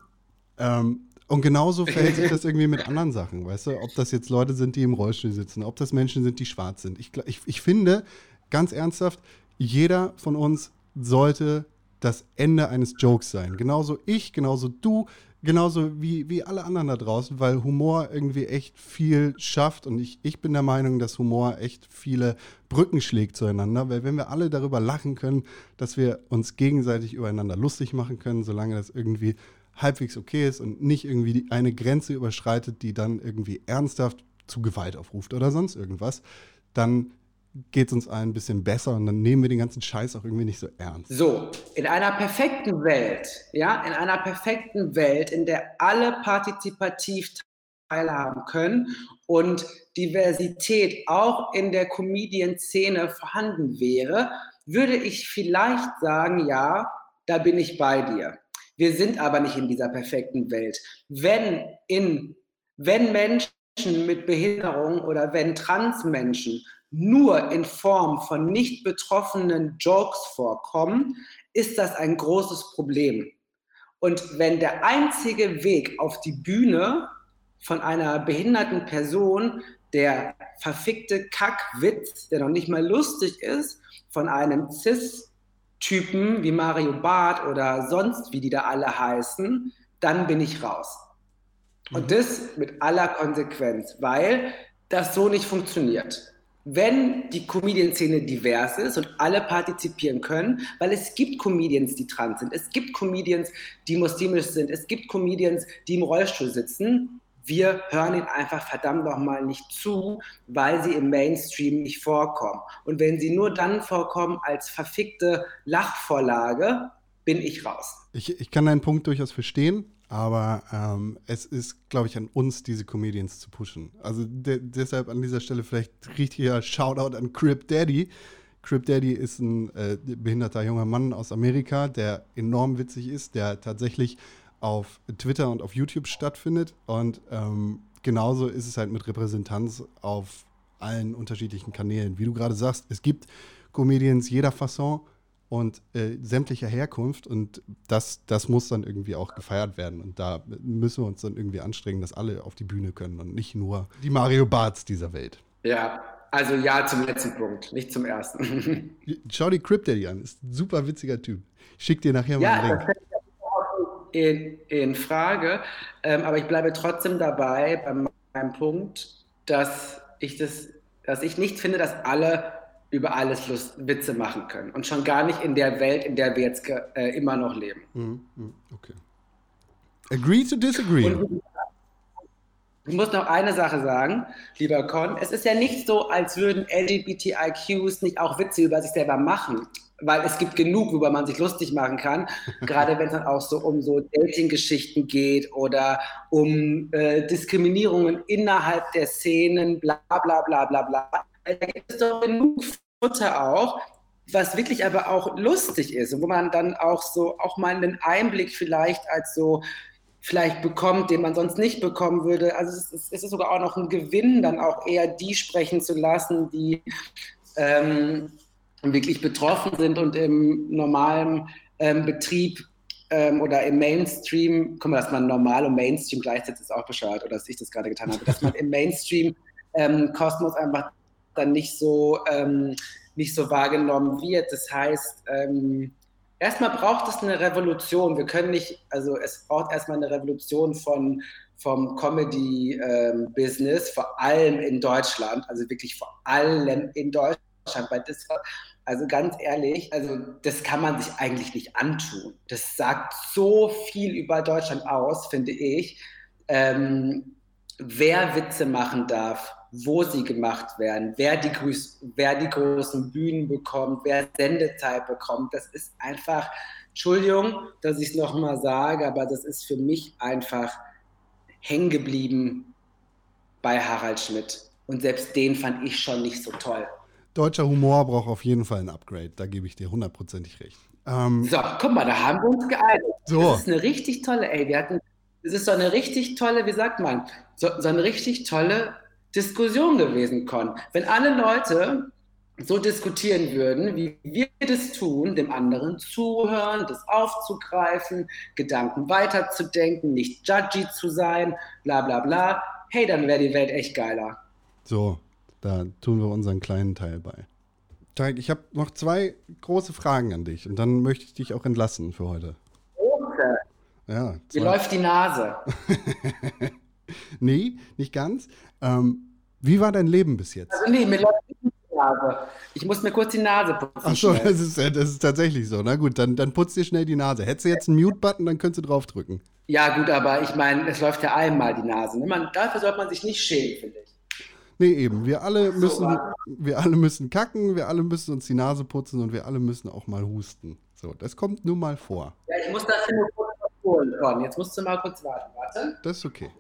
Und genauso verhält sich das irgendwie mit anderen Sachen, weißt du? Ob das jetzt Leute sind, die im Rollstuhl sitzen, ob das Menschen sind, die schwarz sind. Ich finde, ganz ernsthaft, jeder von uns sollte das Ende eines Jokes sein. Genauso ich, genauso du, genauso wie alle anderen da draußen, weil Humor irgendwie echt viel schafft und ich bin der Meinung, dass Humor echt viele Brücken schlägt zueinander, weil wenn wir alle darüber lachen können, dass wir uns gegenseitig übereinander lustig machen können, solange das irgendwie halbwegs okay ist und nicht irgendwie eine Grenze überschreitet, die dann irgendwie ernsthaft zu Gewalt aufruft oder sonst irgendwas, dann geht es uns allen ein bisschen besser und dann nehmen wir den ganzen Scheiß auch irgendwie nicht so ernst. So, in einer perfekten Welt, ja, in einer perfekten Welt, in der alle partizipativ teilhaben können und Diversität auch in der Comedian-Szene vorhanden wäre, würde ich vielleicht sagen, ja, da bin ich bei dir. Wir sind aber nicht in dieser perfekten Welt. Wenn Menschen mit Behinderung oder wenn Transmenschen nur in Form von nicht betroffenen Jokes vorkommen, ist das ein großes Problem. Und wenn der einzige Weg auf die Bühne von einer behinderten Person der verfickte Kackwitz, der noch nicht mal lustig ist, von einem Cis-Typen wie Mario Barth oder sonst wie die da alle heißen, dann bin ich raus. Und das mit aller Konsequenz, weil das so nicht funktioniert. Wenn die Comedian-Szene divers ist und alle partizipieren können, weil es gibt Comedians, die trans sind, es gibt Comedians, die muslimisch sind, es gibt Comedians, die im Rollstuhl sitzen, wir hören ihnen einfach verdammt nochmal nicht zu, weil sie im Mainstream nicht vorkommen. Und wenn sie nur dann vorkommen als verfickte Lachvorlage, bin ich raus. Ich kann deinen Punkt durchaus verstehen, aber es ist, glaube ich, an uns, diese Comedians zu pushen. Also deshalb an dieser Stelle vielleicht richtiger Shoutout an Crip Daddy. Crip Daddy ist ein behinderter junger Mann aus Amerika, der enorm witzig ist, der tatsächlich auf Twitter und auf YouTube stattfindet. Und genauso ist es halt mit Repräsentanz auf allen unterschiedlichen Kanälen. Wie du gerade sagst, es gibt Comedians jeder Fasson und sämtlicher Herkunft und das muss dann irgendwie auch gefeiert werden und da müssen wir uns dann irgendwie anstrengen, dass alle auf die Bühne können und nicht nur die Mario Barths dieser Welt. Ja, also ja zum letzten Punkt, nicht zum ersten. Schau dir Crip Daddy an, ist ein super witziger Typ. Ich schick dir nachher mal einen Link. In Frage, aber ich bleibe trotzdem dabei bei meinem Punkt, dass ich nicht finde, dass alle über alles Witze machen können. Und schon gar nicht in der Welt, in der wir jetzt immer noch leben. Okay. Agree to disagree. Und ich muss noch eine Sache sagen, lieber Con. Es ist ja nicht so, als würden LGBTIQs nicht auch Witze über sich selber machen. Weil es gibt genug, worüber man sich lustig machen kann. Gerade wenn es dann auch so um so Dating-Geschichten geht oder um Diskriminierungen innerhalb der Szenen, bla bla bla bla bla. Da gibt es doch genug Futter auch, was wirklich aber auch lustig ist und wo man dann auch mal einen Einblick vielleicht bekommt, den man sonst nicht bekommen würde. Also es ist sogar auch noch ein Gewinn, dann auch eher die sprechen zu lassen, die wirklich betroffen sind und im normalen Betrieb oder im Mainstream, guck mal, dass man normal und Mainstream gleichsetzt, ist auch bescheuert, oder dass ich das gerade getan habe, dass man im Mainstream-Kosmos einfach dann nicht so wahrgenommen wird. Das heißt, erstmal braucht es eine Revolution. Es braucht erstmal eine Revolution vom Comedy-Business, vor allem in Deutschland, also wirklich vor allem in Deutschland, weil also ganz ehrlich, also das kann man sich eigentlich nicht antun. Das sagt so viel über Deutschland aus, finde ich. Wer Witze machen darf wo sie gemacht werden, wer die großen Bühnen bekommt, wer Sendezeit bekommt. Das ist einfach, Entschuldigung, dass ich es nochmal sage, aber das ist für mich einfach hängen geblieben bei Harald Schmidt. Und selbst den fand ich schon nicht so toll. Deutscher Humor braucht auf jeden Fall ein Upgrade. Da gebe ich dir 100%ig recht. So, guck mal, da haben wir uns geeinigt. So. Das ist eine richtig tolle, das ist so eine richtig tolle, wie sagt man, so eine richtig tolle Diskussion gewesen, Con. Wenn alle Leute so diskutieren würden, wie wir das tun, dem anderen zuhören, das aufzugreifen, Gedanken weiterzudenken, nicht judgy zu sein, bla bla bla, hey, dann wäre die Welt echt geiler. So, da tun wir unseren kleinen Teil bei. Tarek, ich habe noch 2 große Fragen an dich und dann möchte ich dich auch entlassen für heute. Okay. Ja, Wie läuft die Nase? Nee, nicht ganz. Wie war dein Leben bis jetzt? Also nee, mir läuft nicht die Nase. Ich muss mir kurz die Nase putzen. Ach so, schnell. das ist tatsächlich so. Na gut, dann putz dir schnell die Nase. Hättest du jetzt einen Mute-Button, dann könntest du draufdrücken. Ja gut, aber ich meine, es läuft ja einmal die Nase. Ne? Dafür sollte man sich nicht schämen, finde ich. Nee, eben. Wir alle müssen kacken, wir alle müssen uns die Nase putzen und wir alle müssen auch mal husten. So, das kommt nun mal vor. Ja, ich muss dafür nur kurz was holen. Ron, jetzt musst du mal kurz warten. Warte. Das ist okay.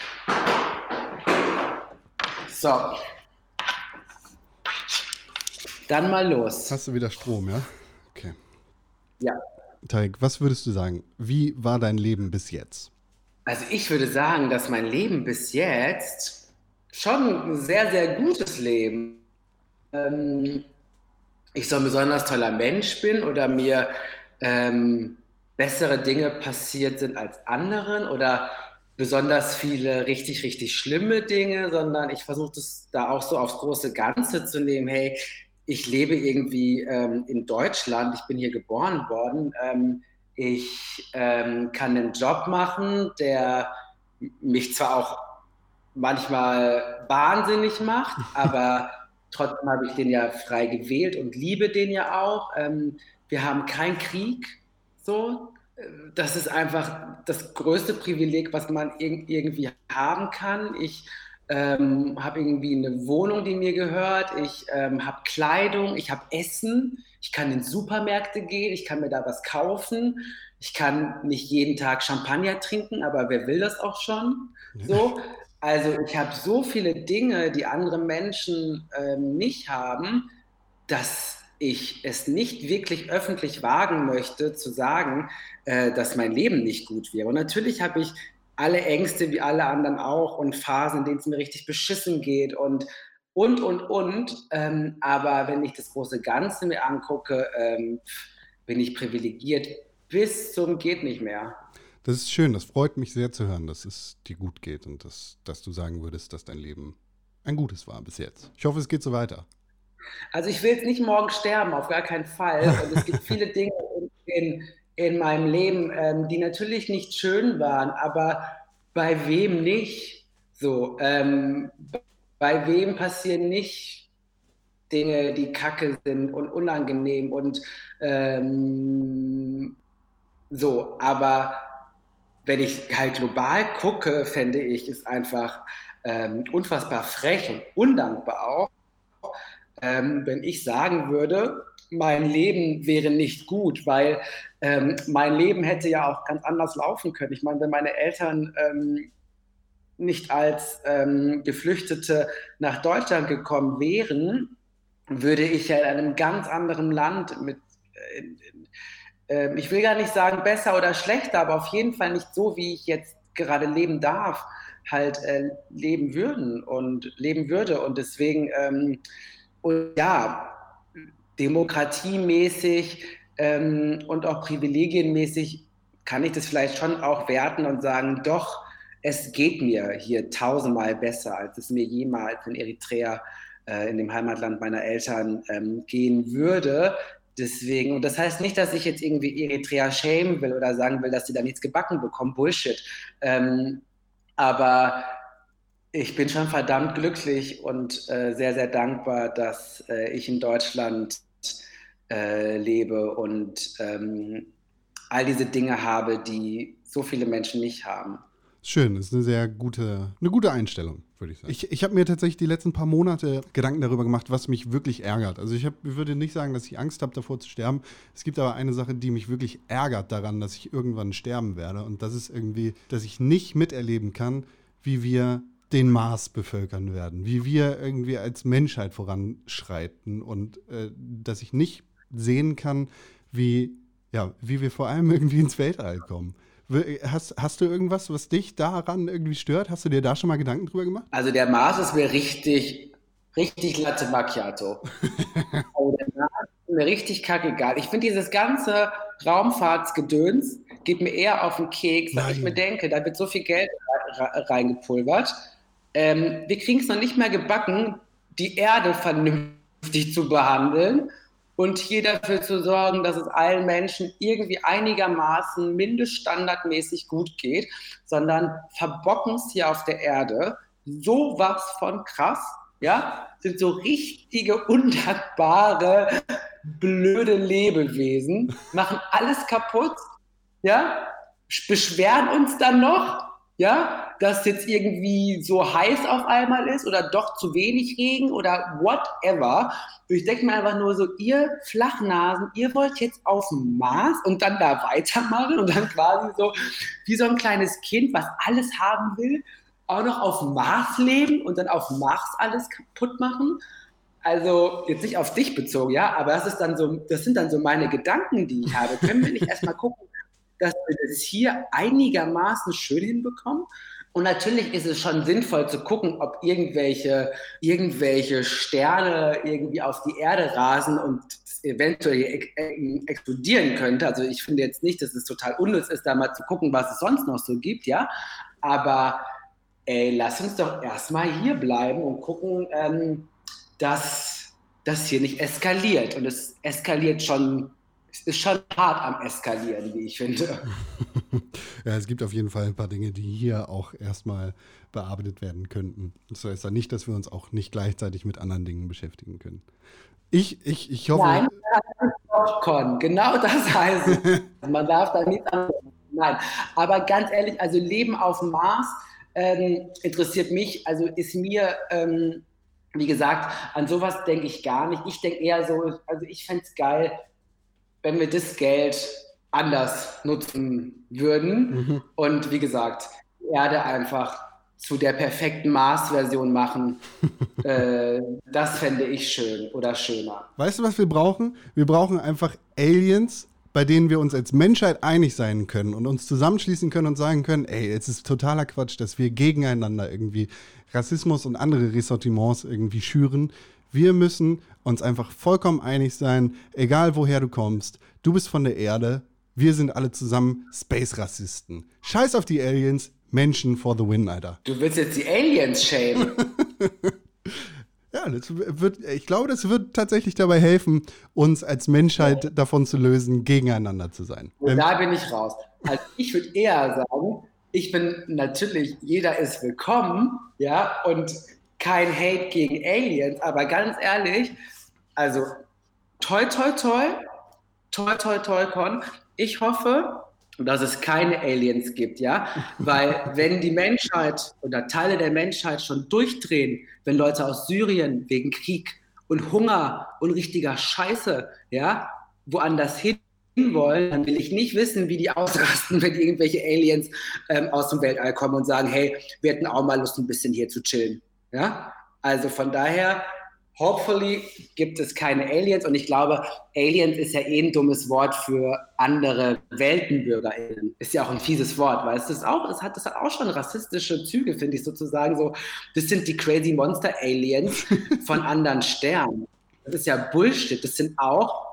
So. Dann mal los. Hast du wieder Strom, ja? Okay. Ja. Tarek, was würdest du sagen? Wie war dein Leben bis jetzt? Also ich würde sagen, dass mein Leben bis jetzt schon ein sehr, sehr gutes Leben. Ich so ein besonders toller Mensch bin oder mir bessere Dinge passiert sind als anderen oder besonders viele richtig, richtig schlimme Dinge, sondern ich versuche das da auch so aufs große Ganze zu nehmen. Hey, ich lebe irgendwie in Deutschland, ich bin hier geboren worden. Ich kann einen Job machen, der mich zwar auch manchmal wahnsinnig macht, aber trotzdem habe ich den ja frei gewählt und liebe den ja auch. Wir haben keinen Krieg, so. Das ist einfach das größte Privileg, was man irgendwie haben kann. Ich habe irgendwie eine Wohnung, die mir gehört. Ich habe Kleidung, ich habe Essen. Ich kann in Supermärkte gehen, ich kann mir da was kaufen. Ich kann nicht jeden Tag Champagner trinken, aber wer will das auch schon? So. Also ich habe so viele Dinge, die andere Menschen nicht haben, dass ich es nicht wirklich öffentlich wagen möchte, zu sagen, dass mein Leben nicht gut wäre. Und natürlich habe ich alle Ängste, wie alle anderen auch, und Phasen, in denen es mir richtig beschissen geht und. Aber wenn ich das große Ganze mir angucke, bin ich privilegiert bis zum geht nicht mehr. Das ist schön, das freut mich sehr zu hören, dass es dir gut geht und dass du sagen würdest, dass dein Leben ein gutes war bis jetzt. Ich hoffe, es geht so weiter. Also ich will jetzt nicht morgen sterben, auf gar keinen Fall. Und es gibt viele Dinge in meinem Leben, die natürlich nicht schön waren, aber bei wem nicht? So, bei wem passieren nicht Dinge, die kacke sind und unangenehm und so, aber wenn ich halt global gucke, fände ich es einfach unfassbar frech und undankbar auch, wenn ich sagen würde, mein Leben wäre nicht gut, weil mein Leben hätte ja auch ganz anders laufen können. Ich meine, wenn meine Eltern nicht als Geflüchtete nach Deutschland gekommen wären, würde ich ja in einem ganz anderen Land mit ich will gar nicht sagen besser oder schlechter, aber auf jeden Fall nicht so, wie ich jetzt gerade leben darf, halt leben würde. Und deswegen, und ja, demokratiemäßig und auch privilegienmäßig kann ich das vielleicht schon auch werten und sagen, doch, es geht mir hier tausendmal besser, als es mir jemals in Eritrea, in dem Heimatland meiner Eltern, gehen würde. Deswegen, und das heißt nicht, dass ich jetzt irgendwie Eritrea schämen will oder sagen will, dass sie da nichts gebacken bekommen. Bullshit. Aber ich bin schon verdammt glücklich und sehr, sehr dankbar, dass ich in Deutschland lebe und all diese Dinge habe, die so viele Menschen nicht haben. Schön, das ist eine gute Einstellung, würde würde ich sagen. Ich habe mir tatsächlich die letzten paar Monate Gedanken darüber gemacht, was mich wirklich ärgert. Also ich würde nicht sagen, dass ich Angst habe, davor zu sterben. Es gibt aber eine Sache, die mich wirklich ärgert daran, dass ich irgendwann sterben werde. Und das ist irgendwie, dass ich nicht miterleben kann, wie wir den Mars bevölkern werden, wie wir irgendwie als Menschheit voranschreiten und dass ich nicht sehen kann, wie wir vor allem irgendwie ins Weltall kommen. Hast du irgendwas, was dich daran irgendwie stört? Hast du dir da schon mal Gedanken drüber gemacht? Also der Mars ist mir richtig Latte Macchiato. Also der Mars ist mir richtig kackegal. Ich finde dieses ganze Raumfahrtsgedöns geht mir eher auf den Keks, weil ich mir denke, da wird so viel Geld reingepulvert. Wir kriegen es noch nicht mehr gebacken, die Erde vernünftig zu behandeln und hier dafür zu sorgen, dass es allen Menschen irgendwie einigermaßen mindeststandardmäßig gut geht, sondern verbocken es hier auf der Erde sowas von krass, ja, sind so richtige, undankbare, blöde Lebewesen, machen alles kaputt, ja, beschweren uns dann noch, ja, dass jetzt irgendwie so heiß auf einmal ist oder doch zu wenig Regen oder whatever. Ich denke mir einfach nur so, ihr Flachnasen, ihr wollt jetzt auf den Mars und dann da weitermachen und dann quasi so wie so ein kleines Kind, was alles haben will, auch noch auf dem Mars leben und dann auf dem Mars alles kaputt machen. Also jetzt nicht auf dich bezogen, ja, aber das sind dann so meine Gedanken, die ich habe. Können wir nicht erstmal gucken, dass wir das hier einigermaßen schön hinbekommen? Und natürlich ist es schon sinnvoll zu gucken, ob irgendwelche Sterne irgendwie auf die Erde rasen und eventuell explodieren könnte. Also ich finde jetzt nicht, dass es total unnütz ist, da mal zu gucken, was es sonst noch so gibt, ja. Aber lass uns doch erstmal hier bleiben und gucken, dass das hier nicht eskaliert. Und es eskaliert schon. Es ist schon hart am Eskalieren, wie ich finde. Ja, es gibt auf jeden Fall ein paar Dinge, die hier auch erstmal bearbeitet werden könnten. Das heißt ja nicht, dass wir uns auch nicht gleichzeitig mit anderen Dingen beschäftigen können. Ich hoffe... Nein, das ist Popcorn. Genau das heißt es. Man darf da nichts anderes. Nein, aber ganz ehrlich, also Leben auf dem Mars interessiert mich, also ist mir... wie gesagt, an sowas denke ich gar nicht. Ich denke eher so, also ich fände es geil, wenn wir das Geld anders nutzen würden und wie gesagt, die Erde einfach zu der perfekten Mars-Version machen. Das fände ich schön oder schöner. Weißt du, was wir brauchen? Wir brauchen einfach Aliens, bei denen wir uns als Menschheit einig sein können und uns zusammenschließen können und sagen können, ey, es ist totaler Quatsch, dass wir gegeneinander irgendwie Rassismus und andere Ressentiments irgendwie schüren. Wir müssen uns einfach vollkommen einig sein, egal woher du kommst. Du bist von der Erde, wir sind alle zusammen Space-Rassisten. Scheiß auf die Aliens, Menschen for the win, Alter. Du willst jetzt die Aliens shamen. Ja, ich glaube, das wird tatsächlich dabei helfen, uns als Menschheit davon zu lösen, gegeneinander zu sein. Und da bin ich raus. Also ich würde eher sagen, ich bin natürlich, jeder ist willkommen, ja, und kein Hate gegen Aliens, aber ganz ehrlich, also toi, toi, toi, toi, toi, toi, Con, ich hoffe, dass es keine Aliens gibt, ja, weil wenn die Menschheit oder Teile der Menschheit schon durchdrehen, wenn Leute aus Syrien wegen Krieg und Hunger und richtiger Scheiße, ja, woanders hin wollen, dann will ich nicht wissen, wie die ausrasten, wenn irgendwelche Aliens aus dem Weltall kommen und sagen, hey, wir hätten auch mal Lust, ein bisschen hier zu chillen. Ja? Also von daher, hopefully gibt es keine Aliens und ich glaube, Aliens ist ja ein dummes Wort für andere WeltenbürgerInnen. Ist ja auch ein fieses Wort, weißt du? Das hat auch schon rassistische Züge, finde ich sozusagen so. Das sind die Crazy Monster Aliens von anderen Sternen. Das ist ja Bullshit. Das sind auch,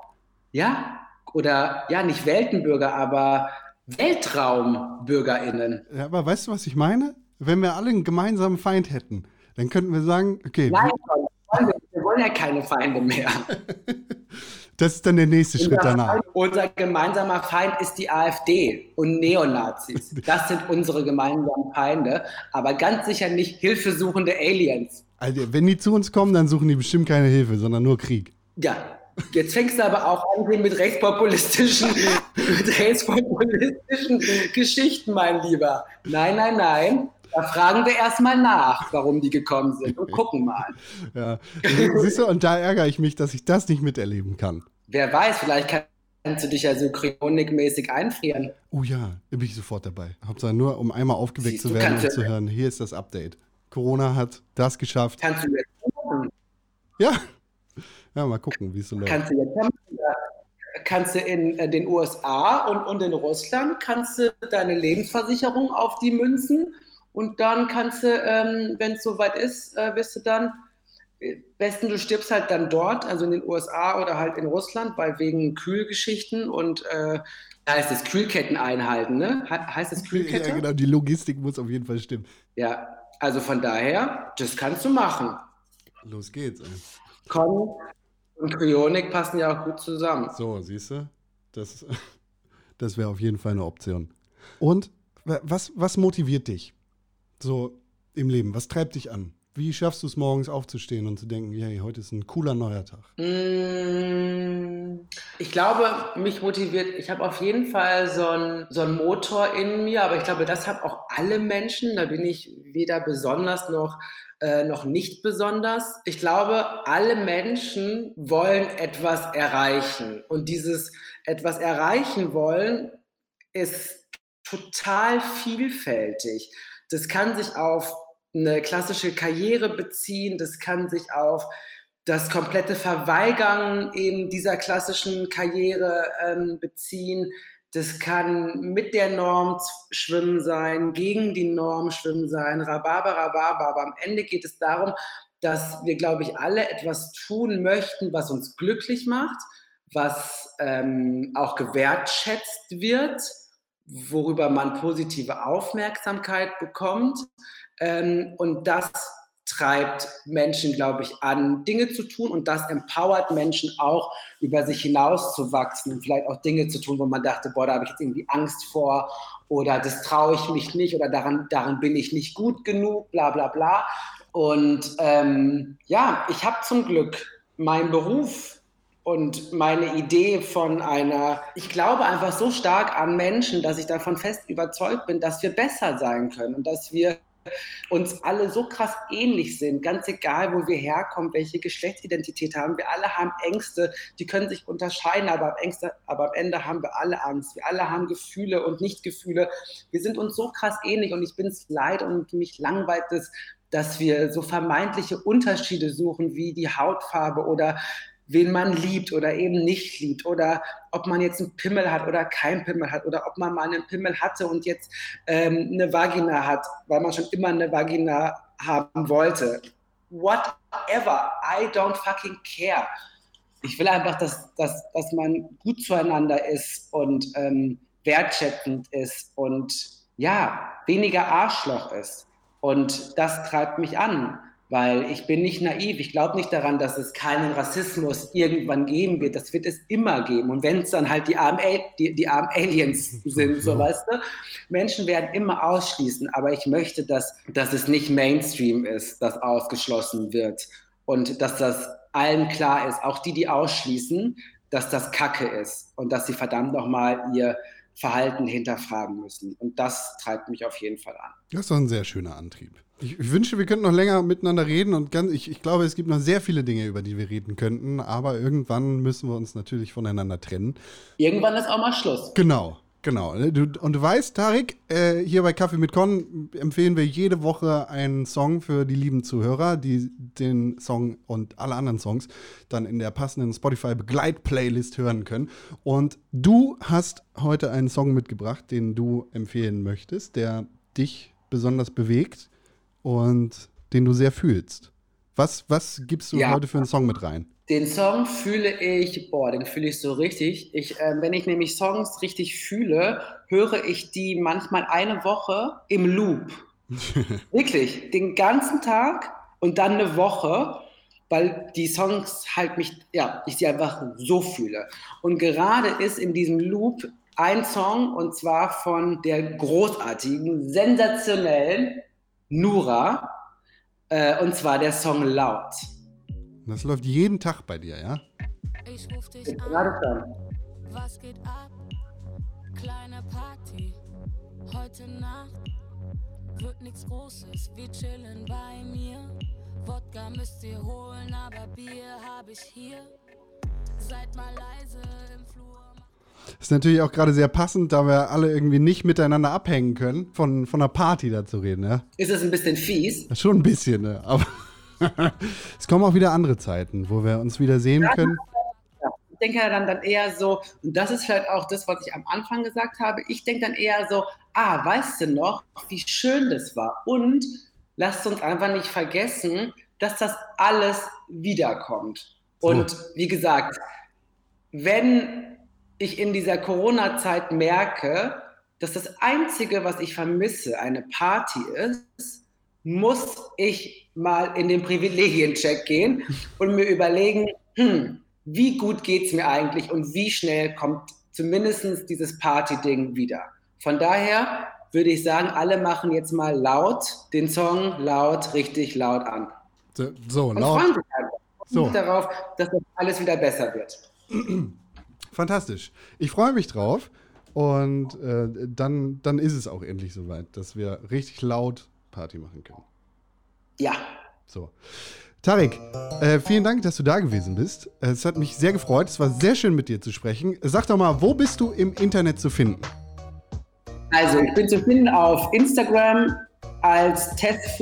nicht Weltenbürger, aber WeltraumbürgerInnen. Ja, aber weißt du, was ich meine? Wenn wir alle einen gemeinsamen Feind hätten, dann könnten wir sagen, okay. Nein, wir wollen ja keine Feinde mehr. Das ist dann der nächste Schritt danach. Unser gemeinsamer Feind ist die AfD und Neonazis. Das sind unsere gemeinsamen Feinde, aber ganz sicher nicht hilfesuchende Aliens. Also, wenn die zu uns kommen, dann suchen die bestimmt keine Hilfe, sondern nur Krieg. Ja, jetzt fängst du aber auch an mit rechtspopulistischen Geschichten, mein Lieber. Nein. Da fragen wir erstmal nach, warum die gekommen sind und gucken mal. Ja. Siehst du, und da ärgere ich mich, dass ich das nicht miterleben kann. Wer weiß, vielleicht kannst du dich ja so kryonikmäßig einfrieren. Oh ja, da bin ich sofort dabei. Hauptsache nur, um einmal aufgeweckt Siehst zu du, werden kannst und du- zu hören, hier ist das Update. Corona hat das geschafft. Kannst du jetzt machen? Ja, ja, mal gucken, wie es so läuft. Kannst du jetzt machen? Kannst du in den USA und in Russland kannst du deine Lebensversicherung auf die münzen und dann kannst du, wenn es soweit ist, wirst du dann, besten du stirbst halt dann dort, also in den USA oder halt in Russland, weil wegen Kühlgeschichten und heißt es Kühlketten einhalten, ne? Heißt es Kühlkette? Ja, genau, die Logistik muss auf jeden Fall stimmen. Ja, also von daher, das kannst du machen. Los geht's, ey. Con und Kryonik passen ja auch gut zusammen. So, siehst du? Das wäre auf jeden Fall eine Option. Und was motiviert dich so im Leben? Was treibt dich an? Wie schaffst du es morgens aufzustehen und zu denken, hey, heute ist ein cooler neuer Tag? Ich glaube, mich motiviert, ich habe auf jeden Fall so einen Motor in mir, aber ich glaube, das haben auch alle Menschen. Da bin ich weder besonders noch nicht besonders. Ich glaube, alle Menschen wollen etwas erreichen. Und dieses etwas erreichen wollen ist total vielfältig. Das kann sich auf eine klassische Karriere beziehen, das kann sich auf das komplette Verweigern eben dieser klassischen Karriere beziehen. Das kann mit der Norm schwimmen sein, gegen die Norm schwimmen sein, Rhabarber, Rhabarber. Aber am Ende geht es darum, dass wir, glaube ich, alle etwas tun möchten, was uns glücklich macht, was auch gewertschätzt wird, worüber man positive Aufmerksamkeit bekommt. Und das treibt Menschen, glaube ich, an, Dinge zu tun, und das empowert Menschen auch, über sich hinauszuwachsen und vielleicht auch Dinge zu tun, wo man dachte, boah, da habe ich jetzt irgendwie Angst vor oder das traue ich mich nicht oder daran bin ich nicht gut genug, bla bla bla. Und ja, ich habe zum Glück meinen Beruf und meine Idee ich glaube einfach so stark an Menschen, dass ich davon fest überzeugt bin, dass wir besser sein können und dass wir uns alle so krass ähnlich sind, ganz egal, wo wir herkommen, welche Geschlechtsidentität haben. Wir alle haben Ängste, die können sich unterscheiden, aber am Ende haben wir alle Angst. Wir alle haben Gefühle und Nichtgefühle. Wir sind uns so krass ähnlich und ich bin es leid und mich langweilt es, dass wir so vermeintliche Unterschiede suchen, wie die Hautfarbe oder wen man liebt oder eben nicht liebt oder ob man jetzt einen Pimmel hat oder keinen Pimmel hat oder ob man mal einen Pimmel hatte und jetzt eine Vagina hat, weil man schon immer eine Vagina haben wollte. Whatever, I don't fucking care. Ich will einfach, dass man gut zueinander ist und wertschätzend ist und ja, weniger Arschloch ist. Und das treibt mich an. Weil ich bin nicht naiv. Ich glaube nicht daran, dass es keinen Rassismus irgendwann geben wird. Das wird es immer geben. Und wenn es dann halt die armen Aliens sind, so weißt du. Menschen werden immer ausschließen. Aber ich möchte, dass es nicht Mainstream ist, das ausgeschlossen wird. Und dass das allen klar ist, auch die ausschließen, dass das Kacke ist. Und dass sie verdammt nochmal ihr Verhalten hinterfragen müssen. Und das treibt mich auf jeden Fall an. Das ist doch ein sehr schöner Antrieb. Ich wünsche, wir könnten noch länger miteinander reden und ich glaube, es gibt noch sehr viele Dinge, über die wir reden könnten, aber irgendwann müssen wir uns natürlich voneinander trennen. Irgendwann ist auch mal Schluss. Genau. Und du weißt, Tarek, hier bei Kaffee mit Con empfehlen wir jede Woche einen Song für die lieben Zuhörer, die den Song und alle anderen Songs dann in der passenden Spotify-Begleitplaylist hören können. Und du hast heute einen Song mitgebracht, den du empfehlen möchtest, der dich besonders bewegt und den du sehr fühlst. Was gibst du heute für einen Song mit rein? Den Song den fühle ich so richtig. Wenn ich nämlich Songs richtig fühle, höre ich die manchmal eine Woche im Loop. Wirklich, den ganzen Tag und dann eine Woche, weil die Songs ich sie einfach so fühle. Und gerade ist in diesem Loop ein Song, und zwar von der großartigen, sensationellen Nura, und zwar der Song Laut. Das läuft jeden Tag bei dir, ja? Ich ruf dich an. Was geht ab? Kleine Party heute Nacht. Wird nix Großes, wir chillen bei mir. Wodka müsst ihr holen, aber Bier hab ich hier. Seid mal leise im Flur. Ist natürlich auch gerade sehr passend, da wir alle irgendwie nicht miteinander abhängen können, von einer Party da zu reden, ja. Ist es ein bisschen fies? Schon ein bisschen, ne? Aber es kommen auch wieder andere Zeiten, wo wir uns wieder sehen können. Ja, ich denke ja dann eher so, und das ist vielleicht auch das, was ich am Anfang gesagt habe, ich denke dann eher so, weißt du noch, wie schön das war? Und lasst uns einfach nicht vergessen, dass das alles wiederkommt. Und wie gesagt, wenn ich in dieser Corona-Zeit merke, dass das Einzige, was ich vermisse, eine Party ist, muss ich mal in den Privilegiencheck gehen und mir überlegen, wie gut geht es mir eigentlich und wie schnell kommt zumindest dieses Party-Ding wieder. Von daher würde ich sagen, alle machen jetzt mal laut den Song richtig laut an. So Und laut. freuen sich einfach darauf, dass das alles wieder besser wird. Fantastisch. Ich freue mich drauf. Und dann ist es auch endlich soweit, dass wir richtig laut Party machen können. Ja. So. Tarek, vielen Dank, dass du da gewesen bist. Es hat mich sehr gefreut. Es war sehr schön, mit dir zu sprechen. Sag doch mal, wo bist du im Internet zu finden? Also, ich bin zu finden auf Instagram als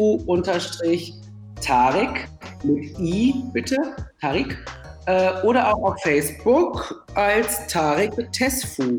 tesfu_Tarik mit I, bitte, Tarik. Oder auch auf Facebook als Tarik mit Tesfu.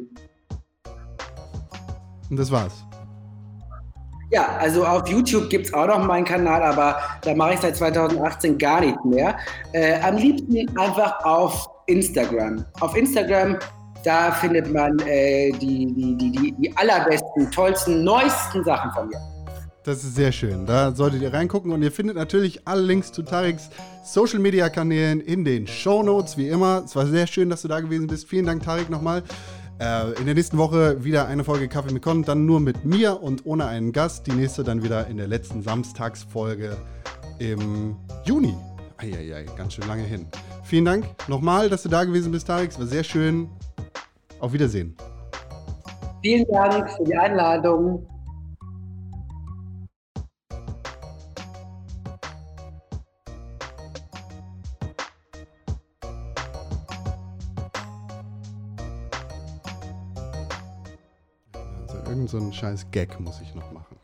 Und das war's. Ja, also auf YouTube gibt es auch noch meinen Kanal, aber da mache ich seit 2018 gar nicht mehr. Am liebsten einfach auf Instagram. Auf Instagram, da findet man die allerbesten, tollsten, neuesten Sachen von mir. Das ist sehr schön. Da solltet ihr reingucken und ihr findet natürlich alle Links zu Tariks Social-Media-Kanälen in den Shownotes, wie immer. Es war sehr schön, dass du da gewesen bist. Vielen Dank, Tarik, nochmal. In der nächsten Woche wieder eine Folge Kaffee mit Con, dann nur mit mir und ohne einen Gast. Die nächste dann wieder in der letzten Samstagsfolge im Juni. Eieiei, ganz schön lange hin. Vielen Dank nochmal, dass du da gewesen bist, Tarik. Es war sehr schön. Auf Wiedersehen. Vielen Dank für die Einladung. Irgend so einen scheiß Gag muss ich noch machen.